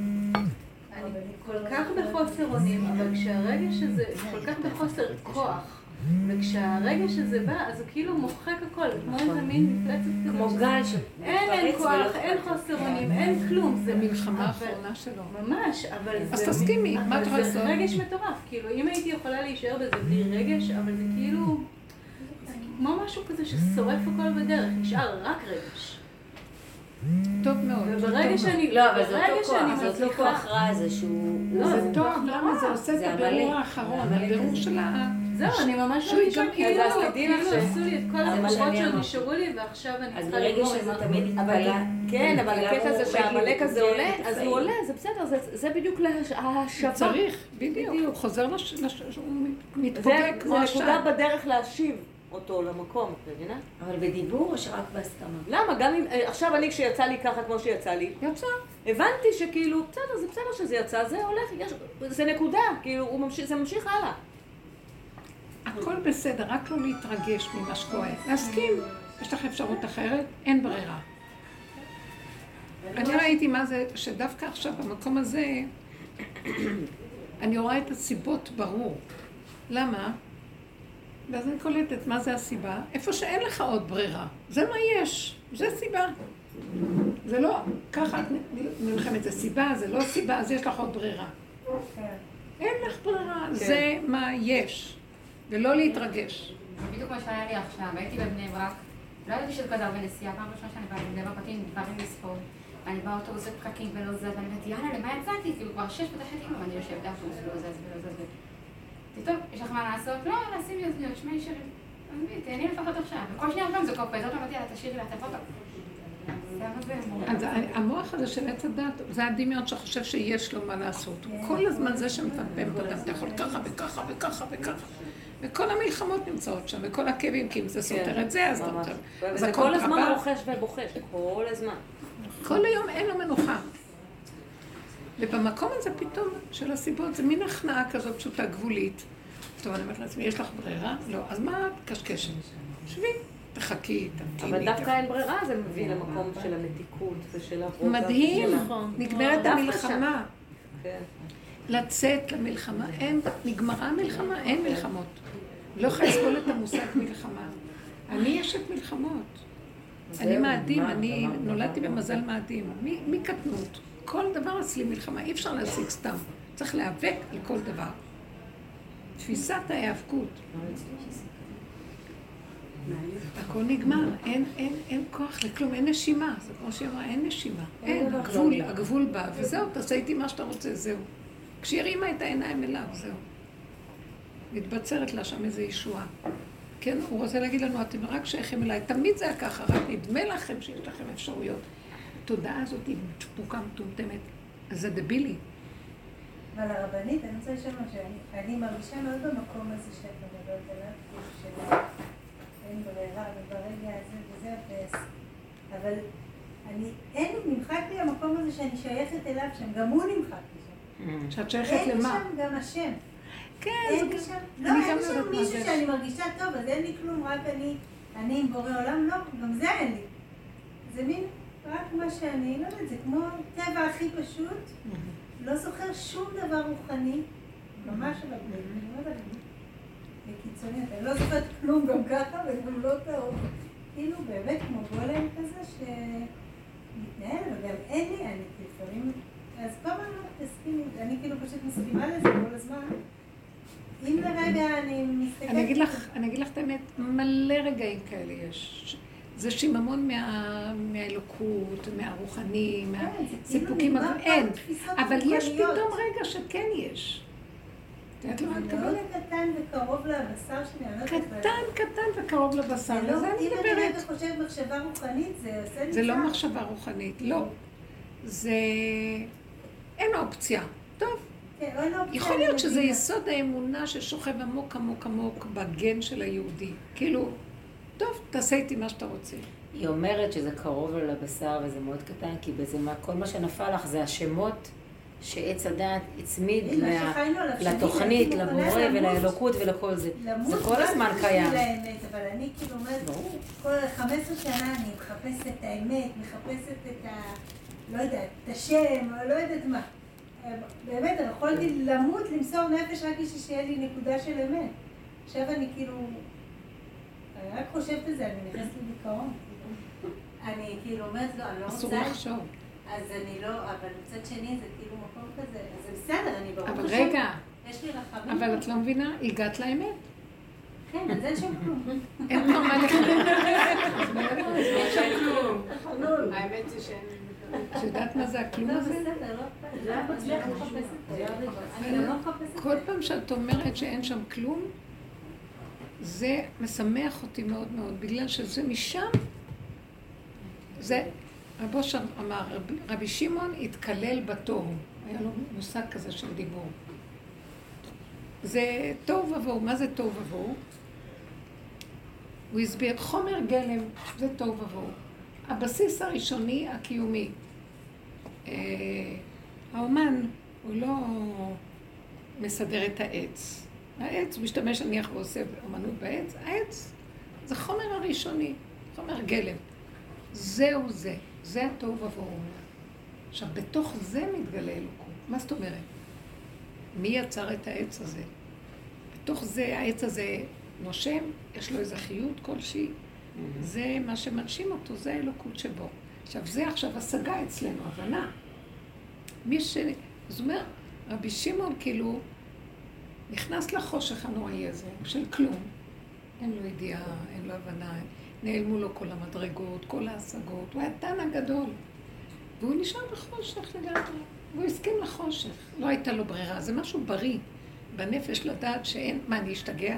כל כך בחוסר אונים, אבל כשהרגש הזה כל כך בחוסר כוח, וכשהרגש הזה בא, אז הוא כאילו מוחק הכל, כמו איזה מין מפלצת כזה. כמו גל אין כוח, אין חוסר אונים, אין כלום. זה מלחמה האחרונה שלו. ממש, אבל אז תסכימי, מה את רוצה? זה רגש מטורף, כאילו אם הייתי יכולה להישאר בזה בלי רגש, אבל זה כאילו כמו משהו כזה ששורף הכל בדרך, נשאר רק רגש. טוב מאוד. וברגע שאני... לא, אבל זה אותו כוח רע הזה שהוא... זה טוב, למה זה עושה את הבירור האחרון, הבירור של ה... זהו, אני ממש מרגישה כאילו עשו לי את כל החובות שנשארו לי, ועכשיו אני צריכה לגמור עם זה. כן, אבל הקטע הזה שהמלאק הזה עולה, אז הוא עולה, זה בסדר, זה בדיוק להשבה. צריך, בדיוק, הוא חוזר הוא מתפוגג כמו השם. זה נקודה בדרך להשיב אותו למקום, את מבינה? אבל בדיבור או שרק בהסכמה? למה? גם אם... עכשיו אני כשיצא לי ככה כמו שיצא לי, יצא. הבנתי שכאילו, בסדר, זה בסדר שזה יצא, זה הולך, זה נקודה, כאילו, זה ממשיך הלאה. הכל בסדר, רק לא להתרגש ממה שקורה. להסכים, יש לך אפשרות אחרת, אין ברירה. אני ראיתי מה זה, שדווקא עכשיו במקום הזה, אני רואה את הסיבות ברור. למה? ואז אני קולטת מה זה הסיבה. איפה שאין לך עוד ברירה. זה מה יש, זה סיבה. זה לא, ככה את נלחמת, זה סיבה, זה לא סיבה, אז יש לך עוד ברירה. אין לך ברירה, זה מה יש. ולא להתרגש. זה בדיוק מה שהיה לי עכשיו, הייתי בבני ברק, לא ידעתי שזה כזה הרבה נסיעה, פעם ראשונה שאני באה לבני ברק, באתי דברים לספור. אני באוטובוס ופקקים ולא זז, ואני אומרת, יאללה, למה יצאתי? כאילו כבר 6 פתחת אימא, ואני יושבת באוטובוס ולא זז ולא זז. טוב, יש לך מה לעשות? לא, לשים לי אוזניות, שמי שירים. עזבי, תהני לפחות עכשיו. וכל שנייה פעם זה קופץ, עוד אמרתי לה, תשאירי לה את הפוטו. אז המוח הזה של עץ הדת, זה הדמיון שחושב שיש לו מה לעשות. הוא כל הזמן זה שמפמפם את אדם, אתה יכול ככה וככה וככה וככה. וכל המלחמות נמצאות שם, וכל הכאבים, כי אם זה סותר את זה, אז אתה אומר. וזה כל הזמן רוכש ובוחש, כל הזמן. כל היום אין לו מנוחה. ובמקום הזה פתאום של הסיבות, זה מין הכנעה כזאת פשוטה גבולית. טוב, אני אומרת לעצמי, יש לך ברירה? לא. אז מה את קשקשת? שבי, תחכי, תמתיני. אבל דווקא אין ברירה, זה מביא למקום של המתיקות ושל הרוגע. מדהים, נגמרת המלחמה. כן. לצאת למלחמה, נגמרה המלחמה, אין מלחמות. לא יכולה לסבול את המושג מלחמה. אני אשת מלחמות. אני מאדים, אני נולדתי במזל מאדים. מקטנות. כל דבר אצלי מלחמה, אי אפשר להשיג סתם. צריך להיאבק על כל דבר. תפיסת ההיאבקות. הכל נגמר, אין כוח לכלום, אין נשימה. זה כמו שהיא אמרה, אין נשימה. אין, הגבול בא, וזהו, תעשה איתי מה שאתה רוצה, זהו. כשהיא הרימה את העיניים אליו, זהו. מתבצרת לה שם איזו ישועה. כן, הוא רוצה להגיד לנו, אתם רק שייכים אליי, תמיד זה היה ככה, רק נדמה לכם שיש לכם אפשרויות. התודעה הזאת היא תפוקה מטומטמת, זה דבילי. אבל הרבנית, אני רוצה לשאול משהו, אני מרגישה מאוד במקום הזה שאת מדברת עליו, כאילו של אין ברירה, וברגע הזה וזה, אבל נמחק לי המקום הזה שאני שייכת אליו שם, גם הוא נמחק לי שם. שאת שייכת למה? אין שם גם השם. כן, אין לי שם, לא, אין לי שם מישהו שאני מרגישה טוב, אז אין לי כלום, רק אני עם בורא עולם, לא, גם זה אין לי. זה מין, רק מה שאני, לא יודעת, זה כמו טבע הכי פשוט, לא זוכר שום דבר רוחני, ממש אבל, אני לא יודעת, בקיצוניות, אני לא זוכרת כלום גם ככה, וגם לא טוב. כאילו באמת כמו גולם כזה שמתנהל, וגם אין לי, אני לפעמים, אז כל הזמן לא תסכימי, אני כאילו פשוט מסכימה לזה כל הזמן. אם לרגע אני מסתכלת... אני אגיד לך את האמת, מלא רגעים כאלה יש. זה שיממון מהאלוקות, מהרוחני, מהסיפוקים, אין. אבל יש פתאום רגע שכן יש. את לא מתקבלת? מאוד קטן וקרוב לבשר שלי. קטן וקרוב לבשר. זה לא, אם אני רגע חושבת מחשבה רוחנית, זה עושה לי... זה לא מחשבה רוחנית, לא. זה... אין אופציה. טוב. יכול להיות שזה יסוד האמונה ששוכב עמוק עמוק עמוק בגן של היהודי. כאילו, טוב, תעשה איתי מה שאתה רוצה. היא אומרת שזה קרוב לבשר וזה מאוד קטן, כי כל מה שנפל לך זה השמות שעץ הדעת הצמיד לתוכנית, לבורא ולאלוקות ולכל זה. זה כל הזמן קיים. אבל אני כאילו אומרת, כל 15 שנה אני מחפשת את האמת, מחפשת את לא יודעת, את השם, לא יודעת מה. באמת, אני יכולתי למות, למסור נפש רק בשביל שיהיה לי נקודה של אמת. עכשיו אני כאילו, אני רק חושבת על זה, אני נכנסת לדיכאון. אני כאילו אומרת, לא, אני לא רוצה... אסור לחשוב. אז אני לא, אבל מצד שני זה כאילו מקום כזה, אז זה בסדר, אני ברור אבל רגע, יש לי רחמים. אבל את לא מבינה, הגעת לאמת. כן, אז אין שם כלום. אין כבר מה לחלק. אין שם כלום. האמת זה שאין... את יודעת מה זה הכלום הזה? לא, בסדר, לא מצליח לחפש את זה. אני לא מחפשת את זה. כל פעם שאת אומרת שאין שם כלום, זה משמח אותי מאוד מאוד, בגלל שזה משם, זה, רבו שם אמר, רבי שמעון התקלל בתוהו, היה לו מושג כזה של דיבור. זה תוהו ובוהו, מה זה תוהו ובוהו? הוא הסביר, חומר גלם, זה תוהו ובוהו. הבסיס הראשוני, הקיומי. האומן, הוא לא מסדר את העץ. העץ, הוא משתמש נניח ועושה אומנות בעץ, העץ זה חומר הראשוני, חומר גלם. זהו זה, זה התוהו ובוהו. עכשיו, בתוך זה מתגלה אלוקות. מה זאת אומרת? מי יצר את העץ הזה? בתוך זה, העץ הזה נושם, יש לו איזו חיות כלשהי. זה מה שמנשים אותו, זה האלוקות שבו. עכשיו, זה עכשיו השגה אצלנו, הבנה. זאת אומרת, רבי שמעון כאילו נכנס לחושך הנוראי הזה של כלום. אין לו ידיעה, אין לו הבנה, נעלמו לו כל המדרגות, כל ההשגות. הוא היה תנא גדול. והוא נשאר בחושך לגמרי, והוא הסכים לחושך, לא הייתה לו ברירה, זה משהו בריא בנפש לדעת שאין, מה, אני אשתגע?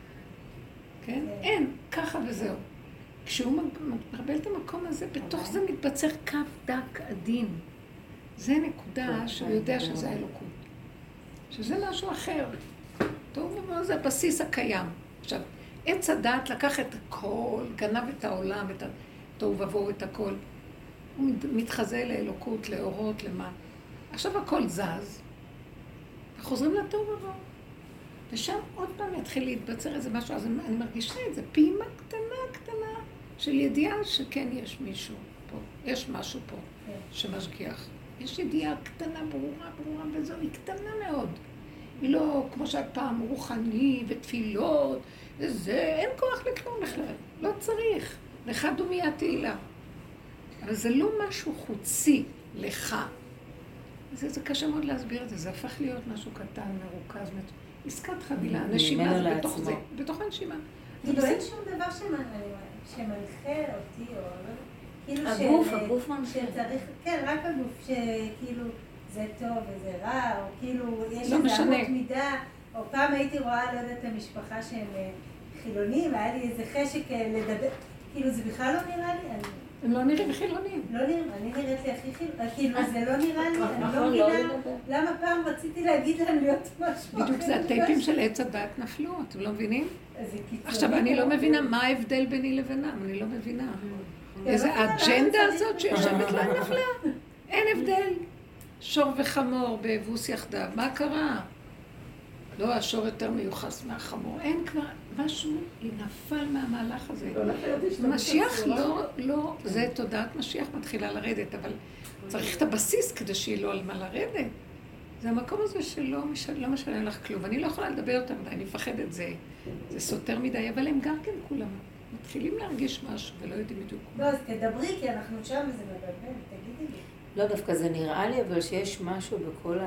כן? אין, ככה וזהו. כשהוא מרבל את המקום הזה, בתוך זה מתבצר קו דק עדין. זה נקודה שהוא יודע שזה האלוקות. שזה משהו אחר. טוב, זה הבסיס הקיים. עכשיו, עץ הדעת לקח את הכל, גנב את העולם, את התוהו ובוהו, את הכל. הוא מתחזה לאלוקות, לאורות, למה. עכשיו הכל זז, וחוזרים לתוהו ובוהו. ושם עוד פעם יתחיל להתבצר איזה משהו, אז אני מרגישה את זה, פעימה קטנה של ידיעה שכן יש מישהו פה, יש משהו פה שמשגיח. יש ידיעה קטנה, ברורה, וזו היא קטנה מאוד. היא לא כמו שהפעם רוחני ותפילות, וזה, אין כוח לכלום בכלל, לא צריך. לך דומיה תהילה. אבל זה לא משהו חוצי לך. זה קשה מאוד להסביר את זה, זה הפך להיות משהו קטן, מרוכז, עסקת חבילה, נשימה זה בתוך זה, בתוך הנשימה. כאילו אין שום דבר שמנחה אותי, או כאילו הגוף מנחה. שצריך, כן, רק הגוף, שכאילו זה טוב וזה רע, או כאילו יש לא איזה משנה. אמות מידה, או פעם הייתי רואה, לא יודעת, המשפחה שהם חילונים, היה לי איזה חשק לדבר, כאילו זה בכלל לא נראה לי, הם לא נראים חילונים. לא נראה, אני נראית לי הכי כאילו זה לא נראה לי, אני לא מבינה למה פעם רציתי להגיד להם להיות משהו. בדיוק זה הטייפים של עץ הדת נפלו, אתם לא מבינים? זה קיצוני. עכשיו, אני לא מבינה מה ההבדל ביני לבינם, אני לא מבינה. איזה האג'נדה הזאת שיושבת לה נפלה. אין הבדל. שור וחמור באבוס יחדיו, מה קרה? לא, השור יותר מיוחס מהחמור. אין כבר משהו, היא נפל מהמהלך הזה. משיח לא, זה תודעת משיח מתחילה לרדת, אבל צריך את הבסיס כדי שהיא לא על מה לרדת. זה המקום הזה שלא משנה לך כלום. אני לא יכולה לדבר יותר מדי, אני מפחדת, זה סותר מדי, אבל הם גם כן כולם מתחילים להרגיש משהו ולא יודעים בדיוק. לא, אז תדברי, כי אנחנו שם וזה מבלבל, תגידי לי. לא, דווקא זה נראה לי, אבל שיש משהו בכל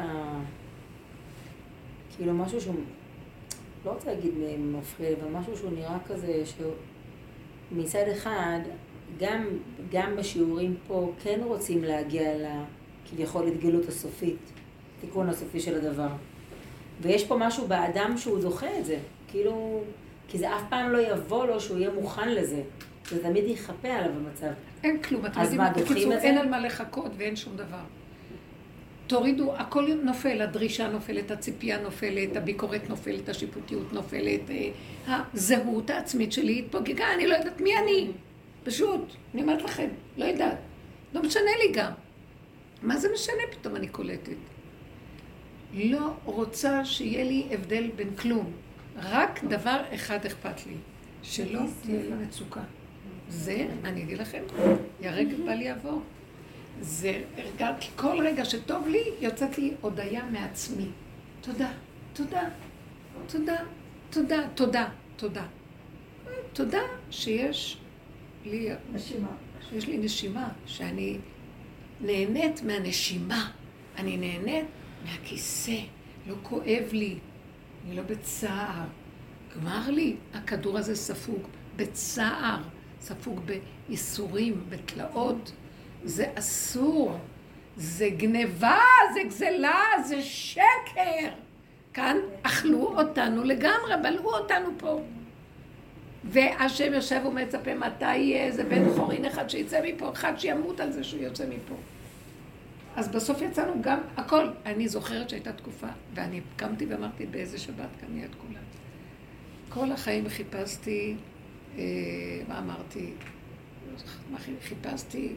כאילו משהו שהוא, לא רוצה להגיד מפריע, אבל משהו שהוא נראה כזה, שמצד אחד, גם בשיעורים פה כן רוצים להגיע כביכול להתגלות הסופית, תיקון הסופי של הדבר. ויש פה משהו באדם שהוא דוחה את זה, כאילו, כי זה אף פעם לא יבוא לו שהוא יהיה מוכן לזה. זה תמיד יחפה עליו במצב. אין כלום, את אז מה, דוחים את זה? אין על מה לחכות ואין שום דבר. תורידו, הכל נופל, הדרישה נופלת, הציפייה נופלת, הביקורת נופלת, השיפוטיות נופלת, הזהות העצמית שלי התפוגגה, אני לא יודעת מי אני. פשוט, אני אומרת לכם, לא יודעת. לא משנה לי גם. מה זה משנה פתאום אני קולטת? לא רוצה שיהיה לי הבדל בין כלום. רק דבר אחד אכפת לי, שלא תהיה לי מצוקה. זה, אני אגיד לכם, ירגע בל יעבור. זה רגע, כי כל רגע שטוב לי, יוצאת לי הודיה מעצמי. תודה, תודה, תודה, תודה, תודה, תודה. תודה שיש לי נשימה. שיש לי נשימה, שאני נהנית מהנשימה. אני נהנית מהכיסא, לא כואב לי, אני לא בצער. גמר לי, הכדור הזה ספוג בצער, ספוג בייסורים, בתלאות. זה אסור, זה גניבה, זה גזלה, זה שקר. כאן אכלו אותנו לגמרי, בלעו אותנו פה. והשם יושב ומצפה מתי יהיה איזה בן חורין אחד שיצא מפה, אחד שימות על זה שהוא יוצא מפה. אז בסוף יצאנו גם הכל. אני זוכרת שהייתה תקופה, ואני קמתי ואמרתי באיזה שבת קמי את כולה. כל החיים חיפשתי, מה אמרתי? חיפשתי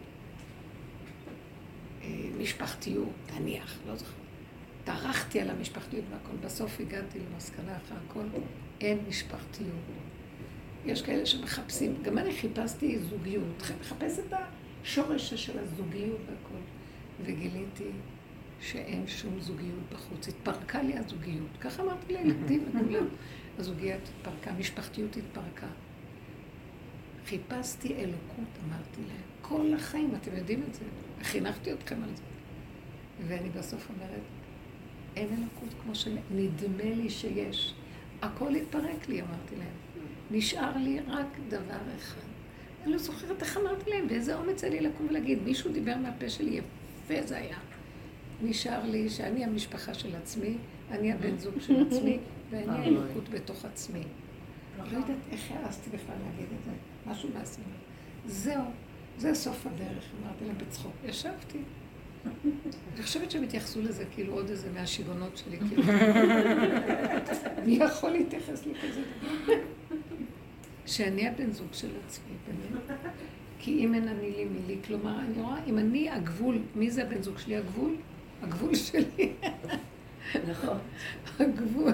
משפחתיות, תניח, לא זוכר. דרכתי על המשפחתיות והכל. בסוף הגעתי למסקנה אחר הכל, אין משפחתיות. יש כאלה שמחפשים, גם אני חיפשתי זוגיות, מחפש את השורש של הזוגיות והכל. וגיליתי שאין שום זוגיות בחוץ. התפרקה לי הזוגיות. ככה אמרתי לילדים וכולם. הזוגיות התפרקה, המשפחתיות התפרקה. חיפשתי אלוקות, אמרתי להם. כל החיים, אתם יודעים את זה. חינכתי אתכם על זה. ואני בסוף אומרת, אין אלוקות כמו שנדמה לי שיש. הכל התפרק לי, אמרתי להם. נשאר לי רק דבר אחד. אני לא זוכרת איך אמרתי להם, באיזה אומץ היה לי לקום ולהגיד, מישהו דיבר מהפה שלי יפה זה היה. נשאר לי שאני המשפחה של עצמי, אני הבן זוג של עצמי, ואני האלוקות בתוך עצמי. לא יודעת איך העזתי בכלל להגיד את זה, משהו מהסביבה. זהו, זה סוף הדרך, אמרתי להם בצחוק. ישבתי. אני חושבת שהם התייחסו לזה כאילו עוד איזה מהשיגונות שלי, כאילו. מי יכול להתייחס לכזה דבר? שאני הבן זוג של עצמי, באמת. כי אם אין אני לי מילי, כלומר, אני רואה, אם אני הגבול, מי זה הבן זוג שלי? הגבול? הגבול שלי. נכון. הגבול.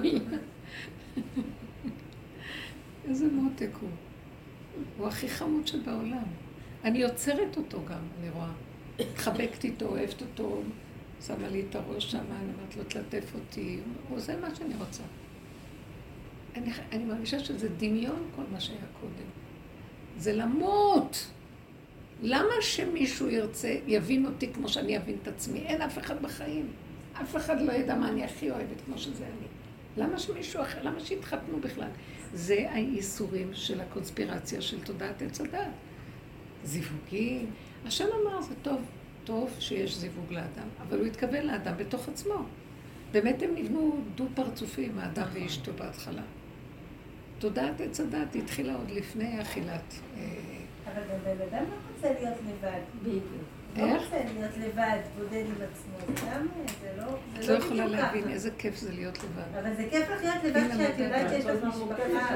איזה מותק הוא. הוא הכי חמוד שבעולם. אני יוצרת אותו גם, אני רואה. חבקת איתו, אוהבת אותו, שמה לי את הראש שם, אני אומרת לו תלטף אותי, הוא עושה מה שאני רוצה. אני מרגישה שזה דמיון כל מה שהיה קודם. זה למות. למה שמישהו ירצה, יבין אותי כמו שאני אבין את עצמי? אין אף אחד בחיים. אף אחד לא ידע מה אני הכי אוהבת כמו שזה אני. למה שמישהו אחר, למה שהתחתנו בכלל? זה האיסורים של הקונספירציה של תודעת עץ הדת. זיווגים. השם אמר, זה טוב, טוב שיש זיווג לאדם, אבל הוא התכוון לאדם בתוך עצמו. באמת הם נבנו דו-פרצופים, האדם ואשתו בהתחלה. תודעת עץ הדת התחילה עוד לפני אכילת. אבל בן אדם לא רוצה להיות לבד. בדיוק. לא רוצה להיות לבד, בודד עם עצמו. זה לא את לא יכולה להבין איזה כיף זה להיות לבד. אבל זה כיף לך להיות לבד כשאת יודעת שיש לך משפחה.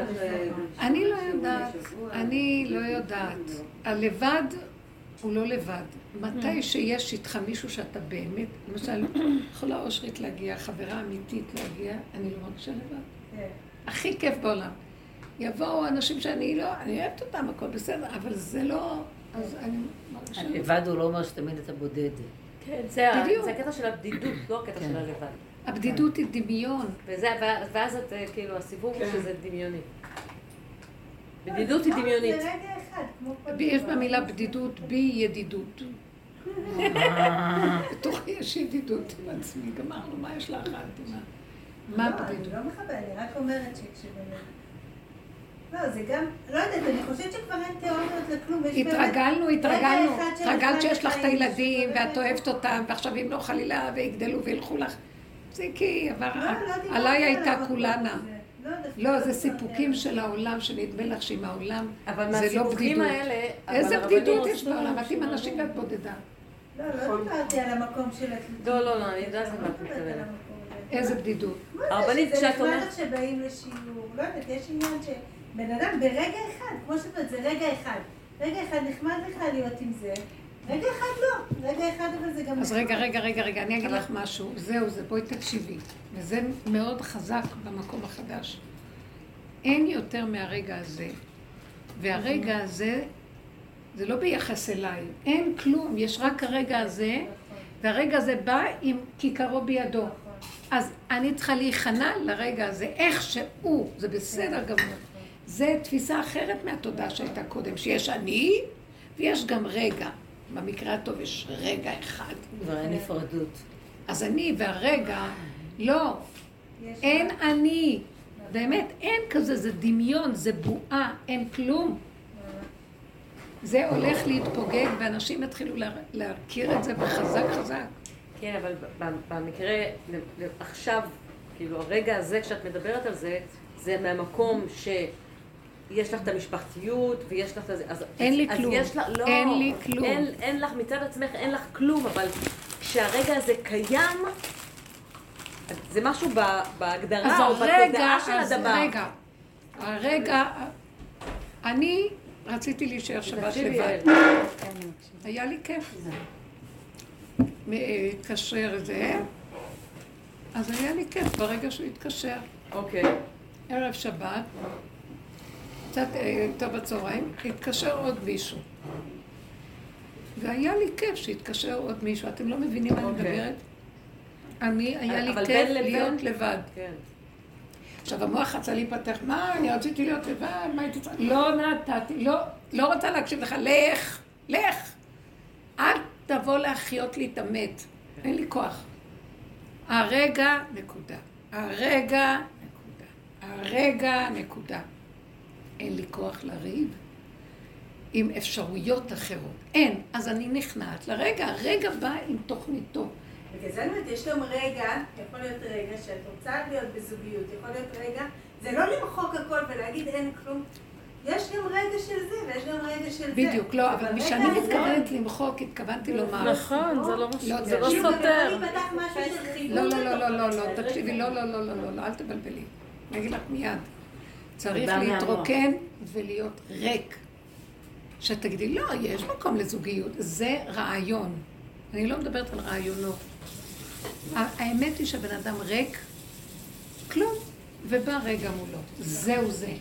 אני לא יודעת. הלבד הוא לא לבד. מתי שיש איתך מישהו שאתה באמת, למשל, יכולה אושרית להגיע, חברה אמיתית להגיע, אני לא מרגישה לבד. הכי כיף בעולם. יבואו אנשים שאני לא, אני אוהבת אותם, הכל בסדר, אבל זה לא, אז אני מרגישה לבד. לבד הוא לא אומר שתמיד אתה בודד. כן, זה הקטע של הבדידות, לא הקטע של הלבד. הבדידות היא דמיון. ואז את, כאילו, הסיבוב הוא שזה דמיוני. בדידות היא דמיונית. זה רגע אחד, כמו כל דבר. יש במילה בדידות, בי ידידות. בתוכי יש ידידות עם עצמי, גמרנו, מה יש לך? מה הבדידות? אני לא מכבד, אני רק אומרת שכשבאמת... לא, זה גם, לא יודעת, אני חושבת שכבר אין תיאוריות לכלום. התרגלנו. התרגלת שיש לך את הילדים ואת אוהבת אותם, ועכשיו אם לא חלילה ויגדלו וילכו לך. זה כי עליי הייתה כולנה. לא, זה סיפוקים של העולם, שנדמה לך שעם העולם זה לא בדידות. איזה בדידות יש בעולם? את עם אנשים ואת בודדה. לא דיברתי על המקום של התלותים. לא, אני יודעת מה את מתכוונת. איזה בדידות. הרבנית, כשאת זה אומרת... נחמד לך שבאים לשיעור, לא יודעת, יש עניין שבן אדם ברגע אחד, כמו שאת אומרת, זה רגע אחד. רגע אחד נחמד לך להיות עם זה, רגע אחד לא. רגע אחד אבל זה גם... אז רגע, אני אגיד לך משהו. זהו, בואי תקשיבי. וזה מאוד חזק במקום החדש. אין יותר מהרגע הזה. והרגע הזה, זה לא ביחס אליי. אין כלום, יש רק הרגע הזה, והרגע הזה בא עם כיכרו בידו. אז אני צריכה להיכנע לרגע הזה, איך שהוא, זה בסדר גמור. זה תפיסה אחרת מהתודעה שהייתה קודם, שיש אני ויש גם רגע. במקרה הטוב יש רגע אחד. כבר אין נפרדות. אז אני והרגע, לא, אין אני. באמת, אין כזה, זה דמיון, זה בועה, אין כלום. זה הולך להתפוגג, ואנשים יתחילו להכיר את זה בחזק חזק. כן, אבל במקרה, עכשיו, כאילו, הרגע הזה, כשאת מדברת על זה, זה מהמקום שיש לך את המשפחתיות, ויש לך את זה... אין לי כלום. לא, אין לי כלום. אין לך, מצד עצמך, אין לך כלום, אבל כשהרגע הזה קיים, זה משהו בהגדרה או בתודעה של הדבר. הרגע, אני רציתי להישאר שבת לבד. היה לי כיף. התקשר זה, אז היה לי כיף ברגע שהוא התקשר. אוקיי. ערב שבת, קצת יותר בצהריים, התקשר עוד מישהו. והיה לי כיף שהתקשר עוד מישהו. אתם לא מבינים מה אני מדברת? היה לי כיף להיות לבד. עכשיו המוח רצה להיפתח, מה, אני רציתי להיות לבד, מה הייתי צריכה? לא נתתי, לא רוצה להקשיב לך, לך. אל תבוא להחיות לי את המת, אין לי כוח. הרגע, נקודה. אין לי כוח לריב. עם אפשרויות אחרות. אין, אז אני נכנעת לרגע, הרגע בא עם תוכניתו. בגלל זה אומרת, יש גם רגע, יכול להיות רגע שאת רוצה להיות בזוגיות, יכול להיות רגע, זה לא למחוק הכל ולהגיד אין כלום. יש גם רגע של זה, ויש גם רגע של זה. בדיוק, לא, אבל משאני מתכוונת למחוק, התכוונתי לומר. נכון, זה לא סותר. לא, לא, לא, לא, לא, תקשיבי, לא, לא, לא, לא, לא, אל תבלבלי. אני אגיד לך מיד. צריך להתרוקן ולהיות ריק. שתגידי, לא, יש מקום לזוגיות, זה רעיון. אני לא מדברת על רעיונות. האמת היא שהבן אדם ריק, כלום, ובא רגע מולו. זהו זה.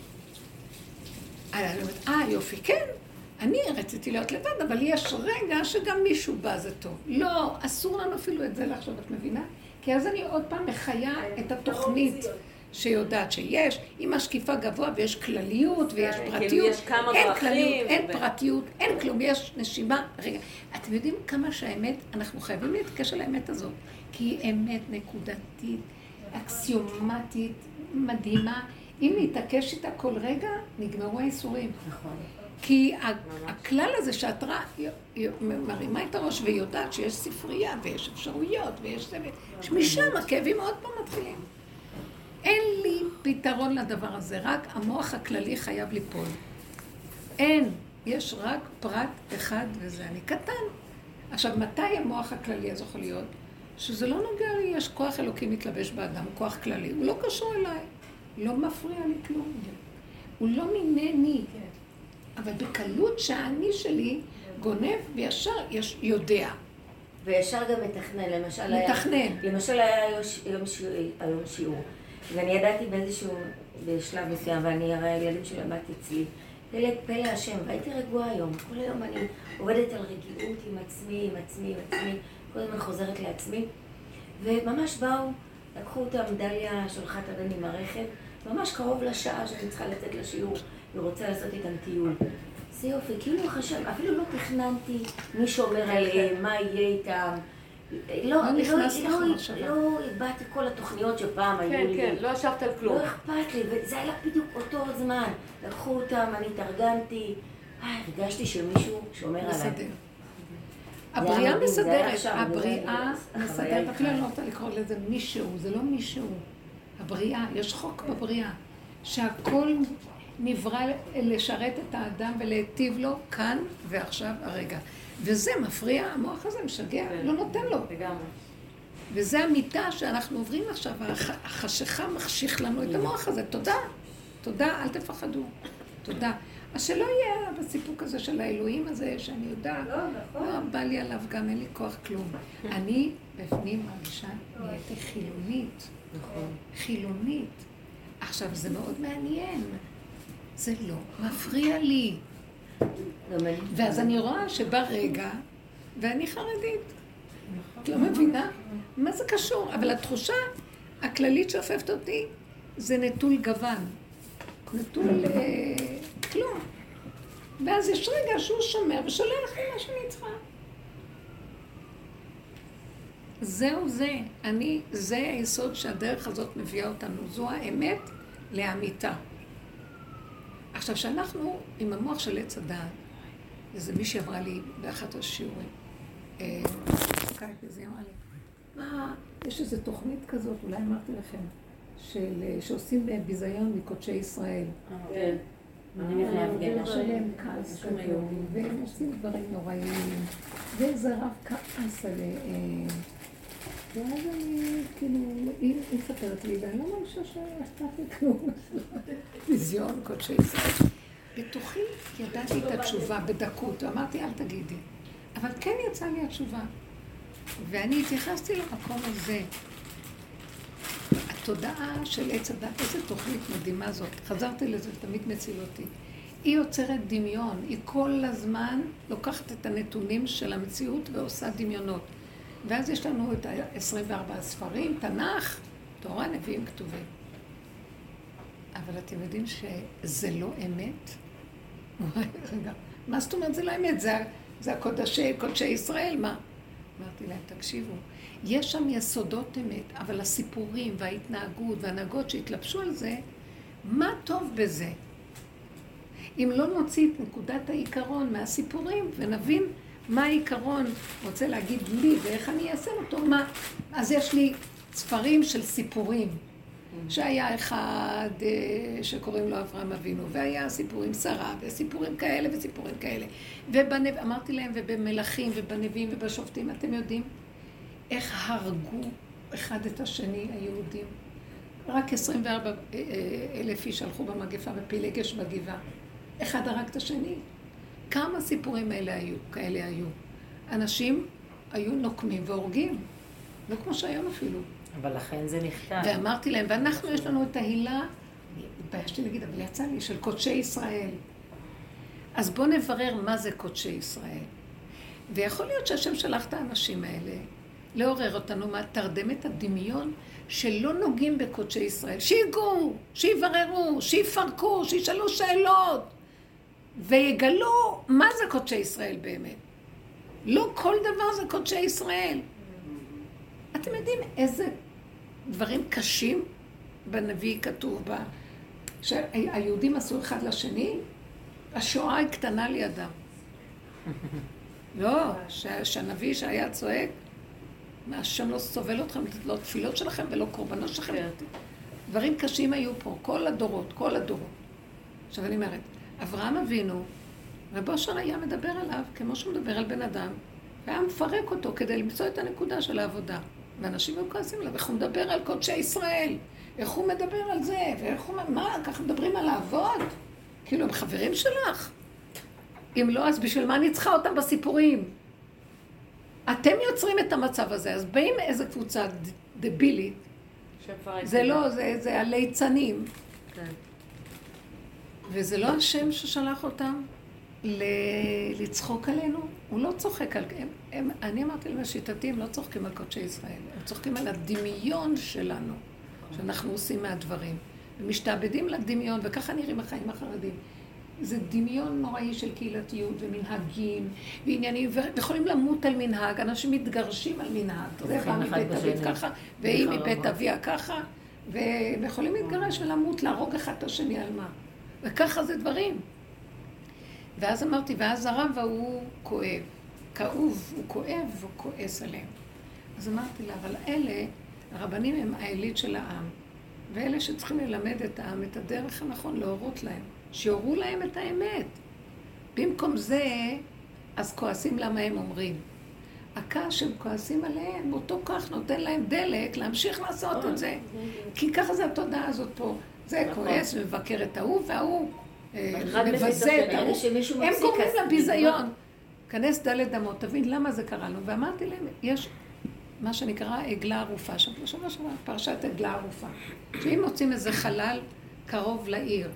אני אומרת, יופי, כן, אני רציתי להיות לבד, אבל יש רגע שגם מישהו בא, זה טוב. לא, אסור לנו אפילו את זה לחשוב, את מבינה? כי אז אני עוד פעם מחיה את התוכנית שיודעת שיש, עם השקיפה גבוה ויש כלליות ויש פרטיות. אין כלליות, אין פרטיות, אין כלום, יש נשימה. רגע, אתם יודעים כמה שהאמת, אנחנו חייבים להתקשר לאמת הזאת, כי היא אמת נקודתית, אקסיומטית, מדהימה. אם נתעקש איתה כל רגע, נגמרו האיסורים. נכון. כי הכלל הזה שאת מרימה את הראש ויודעת שיש ספרייה ויש אפשרויות ויש זה, משם הכאבים עוד פעם מתחילים. אין לי פתרון לדבר הזה, רק המוח הכללי חייב ליפול. אין, יש רק פרט אחד וזה, אני קטן. עכשיו, מתי המוח הכללי הזה יכול להיות? שזה לא נוגע לי, יש כוח אלוקי מתלבש באדם, כוח כללי, הוא לא קשור אליי. לא מפריע לי כלום. הוא לא ממני. אבל בקלות שהאני שלי גונב וישר יודע. וישר גם מתכנן. למשל היה היום שיעור. ואני ידעתי בשלב מסוים, ואני הרי הילדים שלי למדתי אצלי. פלא השם, והייתי רגועה היום. כל היום אני עובדת על רגיעות עם עצמי. כל הזמן חוזרת לעצמי. וממש באו, לקחו אותם, דליה שלחה את הבן עם הרכב, ממש קרוב לשעה שאני צריכה לצאת לשיעור ורוצה לעשות איתם טיול. זה יופי, כאילו חשב, אפילו לא תכננתי מי שאומר עליהם, מה יהיה איתם. לא הבאתי כל התוכניות שפעם היו לי. כן, לא ישבת על כלום. לא אכפת לי, וזה היה בדיוק אותו זמן. לקחו אותם, אני התארגנתי, הרגשתי שמישהו שומר עליי. הבריאה מסדרת, אפילו אני לא רוצה לקרוא לזה מישהו, זה לא מישהו. הבריאה, יש חוק בבריאה, שהכל נברא לשרת את האדם ולהטיב לו כאן ועכשיו הרגע. וזה מפריע, המוח הזה משגע, לא נותן לו. וזה המיטה שאנחנו עוברים עכשיו, החשיכה מחשיך לנו את המוח הזה. תודה, אל תפחדו. תודה. אז שלא יהיה בסיפוק הזה של האלוהים הזה, שאני יודעת, לא בא לי עליו גם, אין לי כוח כלום. אני בפנים מרגישה, נהייתי חילונית. חילונית. עכשיו, זה מאוד מעניין. זה לא מפריע לי. ואז אני רואה שבא רגע, ואני חרדית. את לא מבינה? מה זה קשור? אבל התחושה הכללית שאופפת אותי, זה נטול גוון. נטול כלום. ואז יש רגע שהוא שומר ושולח לי מה שאני צריכה. זהו זה. זה היסוד שהדרך הזאת מביאה אותנו. זו האמת לאמיתה. עכשיו, שאנחנו עם המוח של עץ הדעת, איזה מישהי אמרה לי באחת השיעורים, זה אמרה לי, מה, יש איזו תוכנית כזאת, אולי אמרתי לכם, שעושים ביזיון מקודשי ישראל. כן. יש להם כעס גדול, והם עושים דברים נוראיים, ואיזה רב כעס עליהם. ואז אני, כאילו, היא מספרת לי, ואני לא מרגישה שאכפת לי כלום. ביזיון קודשי ישראל. בתוכי ידעתי את התשובה בדקות, ואמרתי, אל תגידי. אבל כן יצאה לי התשובה. ואני התייחסתי למקום הזה. התודעה של עץ הדת, איזו תוכנית מדהימה זאת. חזרתי לזה, תמיד מציל אותי. היא יוצרת דמיון, היא כל הזמן לוקחת את הנתונים של המציאות ועושה דמיונות. ואז יש לנו את 24 ספרים, תנ"ך, תורה, נביאים, כתובים. אבל אתם יודעים שזה לא אמת? רגע, מה זאת אומרת זה לא אמת? זה קודשי ישראל, מה? אמרתי להם, תקשיבו, יש שם יסודות אמת, אבל הסיפורים וההתנהגות וההנהגות שהתלבשו על זה, מה טוב בזה? אם לא נוציא את נקודת העיקרון מהסיפורים ונבין מה העיקרון רוצה להגיד לי ואיך אני אעשה אותו, מה? אז יש לי ספרים של סיפורים, שהיה אחד שקוראים לו אברהם אבינו, והיה סיפורים שרה, וסיפורים כאלה וסיפורים כאלה. אמרתי להם, ובמלכים ובנביאים ובשופטים, אתם יודעים איך הרגו אחד את השני היהודים? רק 24,000 איש הלכו במגפה בפילגש בגבעה. אחד הרג את השני. כמה סיפורים כאלה היו? אנשים היו נוקמים והורגים. לא כמו שהיום אפילו. אבל לכן זה נכתב. ואמרתי להם, ואנחנו יש לנו את ההילה, התביישתי להגיד, אבל יצא לי, של קודשי ישראל. אז בואו נברר מה זה קודשי ישראל. ויכול להיות שהשם שלח את האנשים האלה, לעורר אותנו מהתרדמת הדמיון, שלא נוגעים בקודשי ישראל. שיגעו, שיבררו, שיפרקו, שישאלו שאלות, ויגלו מה זה קודשי ישראל באמת. לא כל דבר זה קודשי ישראל. אתם יודעים איזה דברים קשים בנביא כתוב בה, שהיהודים עשו אחד לשני? השואה היא קטנה לידם. לא, שהנביא שהיה צועק, השם לא סובל אתכם, לא תפילות שלכם ולא קורבנות שלכם. דברים קשים היו פה, כל הדורות, כל הדורות. עכשיו אני אומרת, אברהם אבינו, רב אושר היה מדבר עליו כמו שהוא מדבר על בן אדם, והיה מפרק אותו כדי למצוא את הנקודה של העבודה. ואנשים היו כועסים עליו, איך הוא מדבר על קודשי ישראל, איך הוא מדבר על זה, ואיך הוא, מה, ככה מדברים על העבוד? כאילו, הם חברים שלך? אם לא, אז בשביל מה אני צריכה אותם בסיפורים? אתם יוצרים את המצב הזה, אז באים איזה קבוצה דבילית, זה לא, זה הליצנים. וזה לא השם ששלח אותם לצחוק עלינו, הוא לא צוחק על... אני אמרתי להם, השיטתיים לא צוחקים על קודשי ישראל, הם צוחקים על הדמיון שלנו, שאנחנו עושים מהדברים. ומשתעבדים לדמיון, וככה נראים החיים החרדים. זה דמיון נוראי של קהילתיות ומנהגים ועניינים, ויכולים למות על מנהג, אנשים מתגרשים על מנהג. זה בא מבית אביו ככה, והיא מבית אביה ככה, ויכולים להתגרש ולמות, להרוג אחד את השני על מה. וככה זה דברים. ואז אמרתי, ואז הרב הוא כואב, כאוב, הוא כואב והוא כועס עליהם. אז אמרתי לה, אבל אלה, הרבנים הם העילית של העם, ואלה שצריכים ללמד את העם, את הדרך הנכון, להורות להם, שיורו להם את האמת. במקום זה, אז כועסים למה הם אומרים. הכעס שהם כועסים עליהם, אותו כך נותן להם דלק להמשיך לעשות את זה. כי ככה זה התודעה הזאת פה. זה כועס ומבקר את ההוא, וההוא מבזה את ההוא. הם קוראים לביזיון. כנס דלת אמות, תבין למה זה קרה לנו. ואמרתי להם, יש מה שנקרא עגלה ערופה, שבשבוע פרשת עגלה ערופה. שאם מוצאים איזה חלל קרוב לעיר,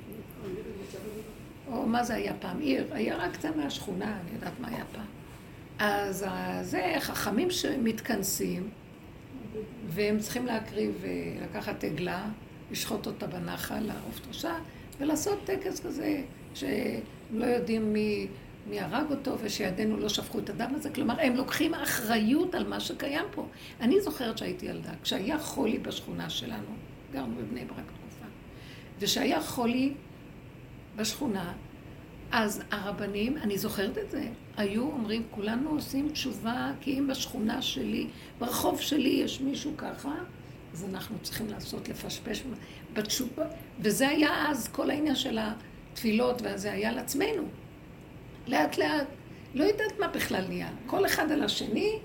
או מה זה היה פעם? עיר, עיירה קטנה, שכונה, אני יודעת מה היה פעם. אז זה חכמים שמתכנסים, והם צריכים להקריב, לקחת עגלה, לשחוט אותה בנחל, לערוף תרושה, ולעשות טקס כזה, שהם לא יודעים מי הרג אותו, ושידינו לא שפכו את הדם הזה. כלומר, הם לוקחים אחריות על מה שקיים פה. אני זוכרת שהייתי ילדה, כשהיה חולי בשכונה שלנו, גרנו בבני ברק תקופה, ושהיה חולי בשכונה, אז הרבנים, אני זוכרת את זה, היו אומרים, כולנו עושים תשובה, כי אם בשכונה שלי, ברחוב שלי יש מישהו ככה, אז אנחנו צריכים לעשות לפשפש בתשובה. וזה היה אז כל העניין של התפילות, וזה היה על עצמנו. לאט לאט, לא יודעת מה בכלל נהיה. כל אחד על השני,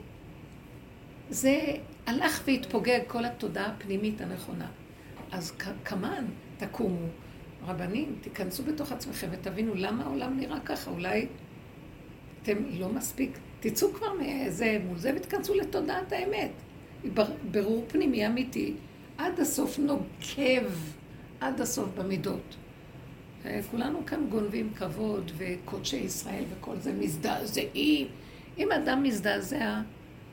זה הלך והתפוגג כל התודעה הפנימית הנכונה. אז כמן, תקומו. רבנים, תיכנסו בתוך עצמכם ותבינו למה העולם נראה ככה. אולי אתם לא מספיק, תצאו כבר מאיזה מול זה ותכנסו לתודעת האמת. ברור פנימי אמיתי, עד הסוף נוקב, עד הסוף במידות. כולנו כאן גונבים כבוד וקודשי ישראל וכל זה מזדעזעים. אם אדם מזדעזע, אני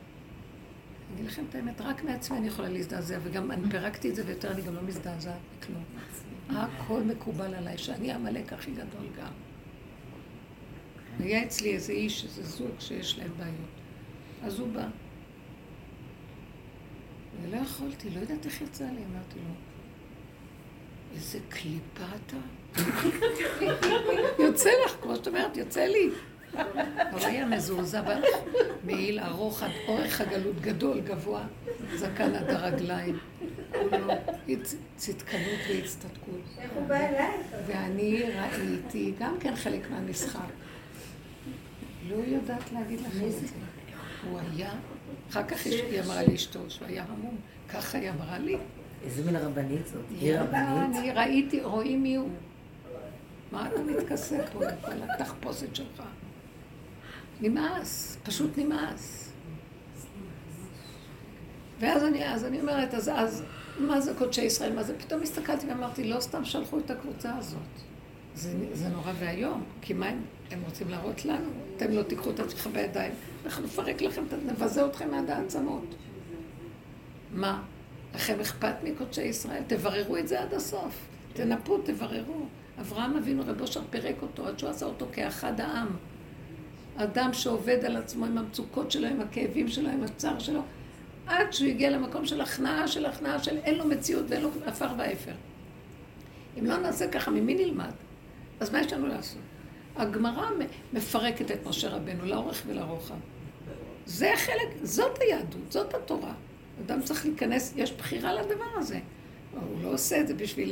אגיד לכם את האמת, רק מעצמי אני יכולה להזדעזע, וגם אני פירקתי את זה ויותר, אני גם לא מזדעזעת בכלום. הכל מקובל עליי, שאני המלאק הכי גדול גם. היה אצלי איזה איש, איזה זוג שיש להם בעיות. אז הוא בא. ולא יכולתי, לא יודעת איך יצא לי, אמרתי לו, איזה קליפה אתה? יוצא לך, כמו שאת אומרת, יוצא לי. אבל היה מזועזע מעיל ארוך, אורך הגלות גדול, גבוה, זקן עד הרגליים. צדקנות והצטדקות. איך הוא בא אלייך? ואני ראיתי גם כן חלק מהמשחק. לא יודעת להגיד לכם את זה. הוא היה, אחר כך היא אמרה לי אשתו, שהוא היה המום. ככה היא אמרה לי. איזה מין רבנית זאת? היא רבנית? אני ראיתי, רואים מי הוא. מה אתה מתכסה פה לכל התחפושת שלך? נמאס, פשוט נמאס. ואז אני אומרת, אז מה זה קודשי ישראל? מה זה? פתאום הסתכלתי ואמרתי, לא סתם שלחו את הקבוצה הזאת. זה נורא והיום, כי מה הם רוצים להראות לנו? אתם לא תיקחו את עצמכם בידיים, אנחנו נפרק לכם, נבזה אתכם עד העצמות. מה? לכם אכפת מקודשי ישראל? תבררו את זה עד הסוף. תנפו, תבררו. אברהם אבינו רב אושר פירק אותו, עד שהוא עשה אותו כאחד העם. אדם שעובד על עצמו עם המצוקות שלו, עם הכאבים שלו, עם הצער שלו, עד שהוא הגיע למקום של הכנעה, של אין לו מציאות ואין לו אפר ואפר. אם לא נעשה ככה, ממי נלמד? אז מה יש לנו לעשות? הגמרא מפרקת את משה רבנו לאורך ולרוחב. זה חלק, זאת היהדות, זאת התורה. אדם צריך להיכנס, יש בחירה לדבר הזה. הוא לא עושה את זה בשביל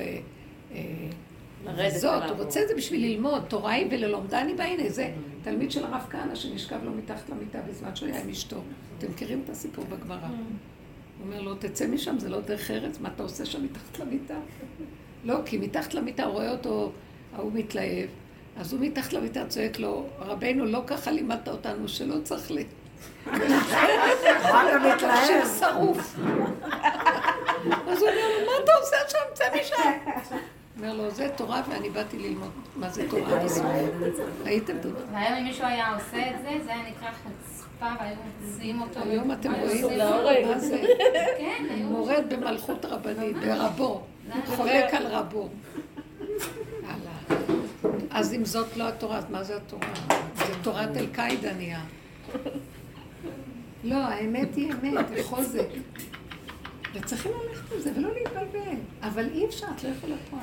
זאת, הוא רוצה את זה בשביל ללמוד, תורה היא וללומדה אני בעיני. זה תלמיד של הרב כהנא שנשכב לו מתחת למיטה בזמן שהוא היה עם אשתו. אתם מכירים את הסיפור בגמרא. הוא אומר לו, תצא משם, זה לא דרך ארץ, מה אתה עושה שם מתחת למיטה? לא, כי מתחת למיטה הוא רואה אותו, הוא מתלהב, אז הוא מתחת למיטה צועק לו, רבנו לא ככה לימדת אותנו שלא צריך לי. מה אתה מתלהב? שם שרוף. אז הוא אומר לו, מה אתה עושה שם? צא משם. אומר לו, זה תורה ואני באתי ללמוד מה זה תורה. ראיתם תודה. והיום אם מישהו היה עושה את זה, זה היה נקרא חוצפה והיו מוציאים אותו. היום אתם רואים מה זה? מורד במלכות רבנית, ברבו. חולק על רבו. אז אם זאת לא התורה, אז מה זה התורה? זה תורת אל-קאידה נהיה. לא, האמת היא אמת, בכל זה. וצריכים ללכת על זה ולא להתבלבל. אבל אי אפשר, את לא יכולה פה,